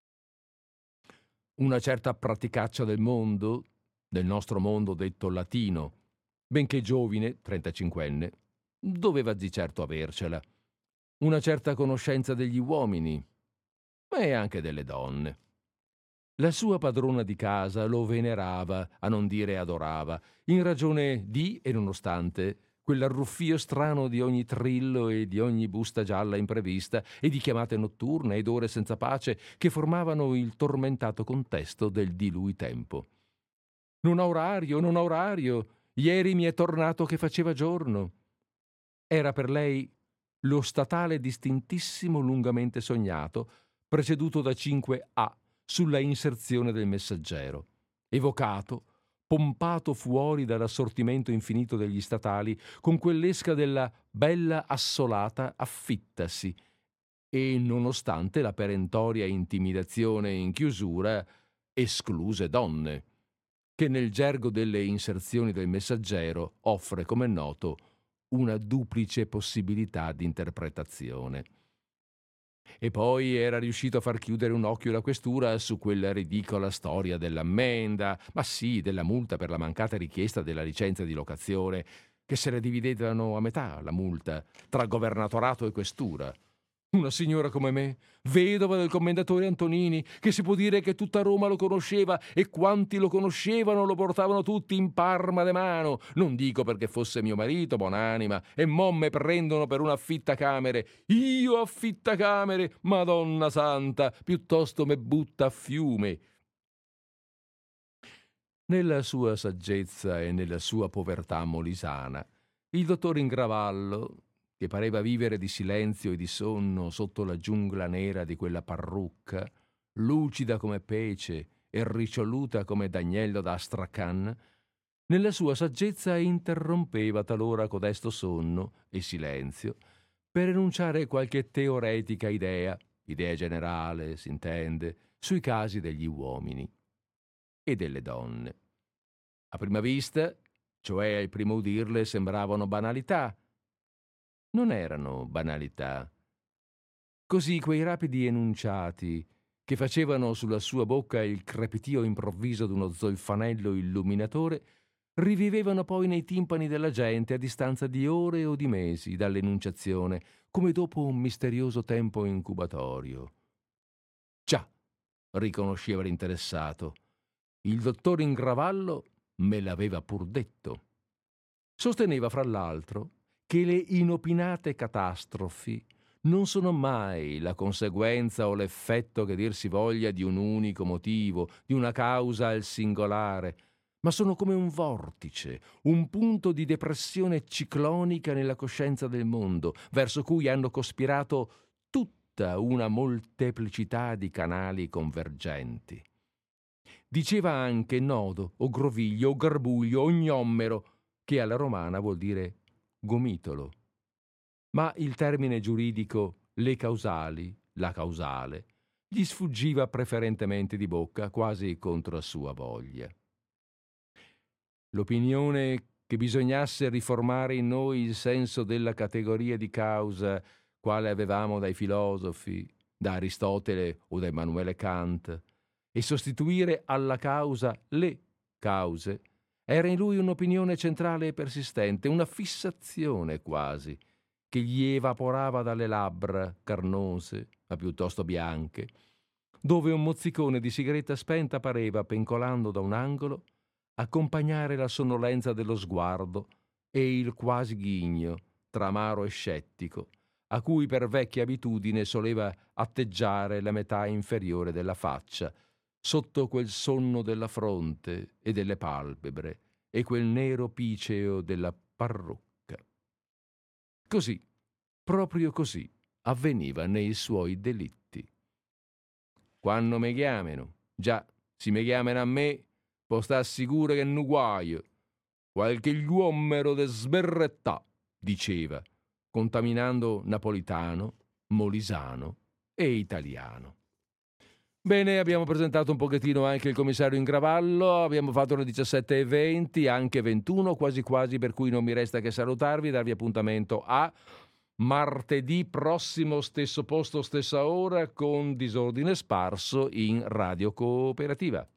Una certa praticaccia del mondo, del nostro mondo detto latino, benché giovine, trentacinquenne, doveva di certo avercela. Una certa conoscenza degli uomini, e anche delle donne. La sua padrona di casa lo venerava, a non dire adorava, in ragione di, e nonostante, quell'arruffio strano di ogni trillo e di ogni busta gialla imprevista e di chiamate notturne ed ore senza pace che formavano il tormentato contesto del di lui tempo. Non ha orario, non ha orario, ieri mi è tornato che faceva giorno. Era per lei lo statale distintissimo lungamente sognato, preceduto da cinque A sulla inserzione del Messaggero, evocato, pompato fuori dall'assortimento infinito degli statali con quell'esca della bella assolata affittasi e, nonostante la perentoria intimidazione in chiusura, escluse donne, che nel gergo delle inserzioni del Messaggero offre, come è noto, una duplice possibilità di interpretazione. E poi era riuscito a far chiudere un occhio la questura su quella ridicola storia dell'ammenda, ma sì, della multa per la mancata richiesta della licenza di locazione, che se la dividevano a metà la multa, tra governatorato e questura. Una signora come me, vedova del commendatore Antonini, che si può dire che tutta Roma lo conosceva e quanti lo conoscevano lo portavano tutti in palma de mano, non dico perché fosse mio marito, buonanima, e mo me prendono per un affittacamere. Io affittacamere, Madonna Santa, piuttosto me butta a fiume. Nella sua saggezza e nella sua povertà molisana, il dottor Ingravallo, che pareva vivere di silenzio e di sonno sotto la giungla nera di quella parrucca, lucida come pece e riccioluta come d'agnello da Astrakhan, nella sua saggezza interrompeva talora codesto sonno e silenzio per enunciare qualche teoretica idea, idea generale, s'intende, sui casi degli uomini e delle donne. A prima vista, cioè al primo udirle, sembravano banalità. Non erano banalità. Così quei rapidi enunciati che facevano sulla sua bocca il crepitio improvviso d'uno zolfanello illuminatore rivivevano poi nei timpani della gente a distanza di ore o di mesi dall'enunciazione, come dopo un misterioso tempo incubatorio. Già, riconosceva l'interessato, il dottor Ingravallo me l'aveva pur detto. Sosteneva fra l'altro che le inopinate catastrofi non sono mai la conseguenza o l'effetto che dir si voglia di un unico motivo, di una causa al singolare, ma sono come un vortice, un punto di depressione ciclonica nella coscienza del mondo, verso cui hanno cospirato tutta una molteplicità di canali convergenti. Diceva anche nodo, o groviglio, o garbuglio, o gnommero, che alla romana vuol dire gomitolo. Ma il termine giuridico le causali, la causale, gli sfuggiva preferentemente di bocca, quasi contro sua voglia. L'opinione che bisognasse riformare in noi il senso della categoria di causa, quale avevamo dai filosofi, da Aristotele o da Emanuele Kant, e sostituire alla causa le cause, era in lui un'opinione centrale e persistente, una fissazione quasi, che gli evaporava dalle labbra carnose, ma piuttosto bianche, dove un mozzicone di sigaretta spenta pareva, pencolando da un angolo, accompagnare la sonnolenza dello sguardo e il quasi ghigno, tra amaro e scettico, a cui per vecchia abitudine soleva atteggiare la metà inferiore della faccia, sotto quel sonno della fronte e delle palpebre e quel nero piceo della parrucca. Così, proprio così, avveniva nei suoi delitti. Quando me chiamano, già, si me chiamano a me, può sta sicuro che nu guaio, qualche gluommero de sberrettà, diceva, contaminando napolitano, molisano e italiano. Bene, abbiamo presentato un pochettino anche il commissario Ingravallo, abbiamo fatto le diciassette e venti, anche ventuno, quasi quasi, per cui non mi resta che salutarvi e darvi appuntamento a martedì prossimo, stesso posto, stessa ora, con Disordine Sparso in Radio Cooperativa.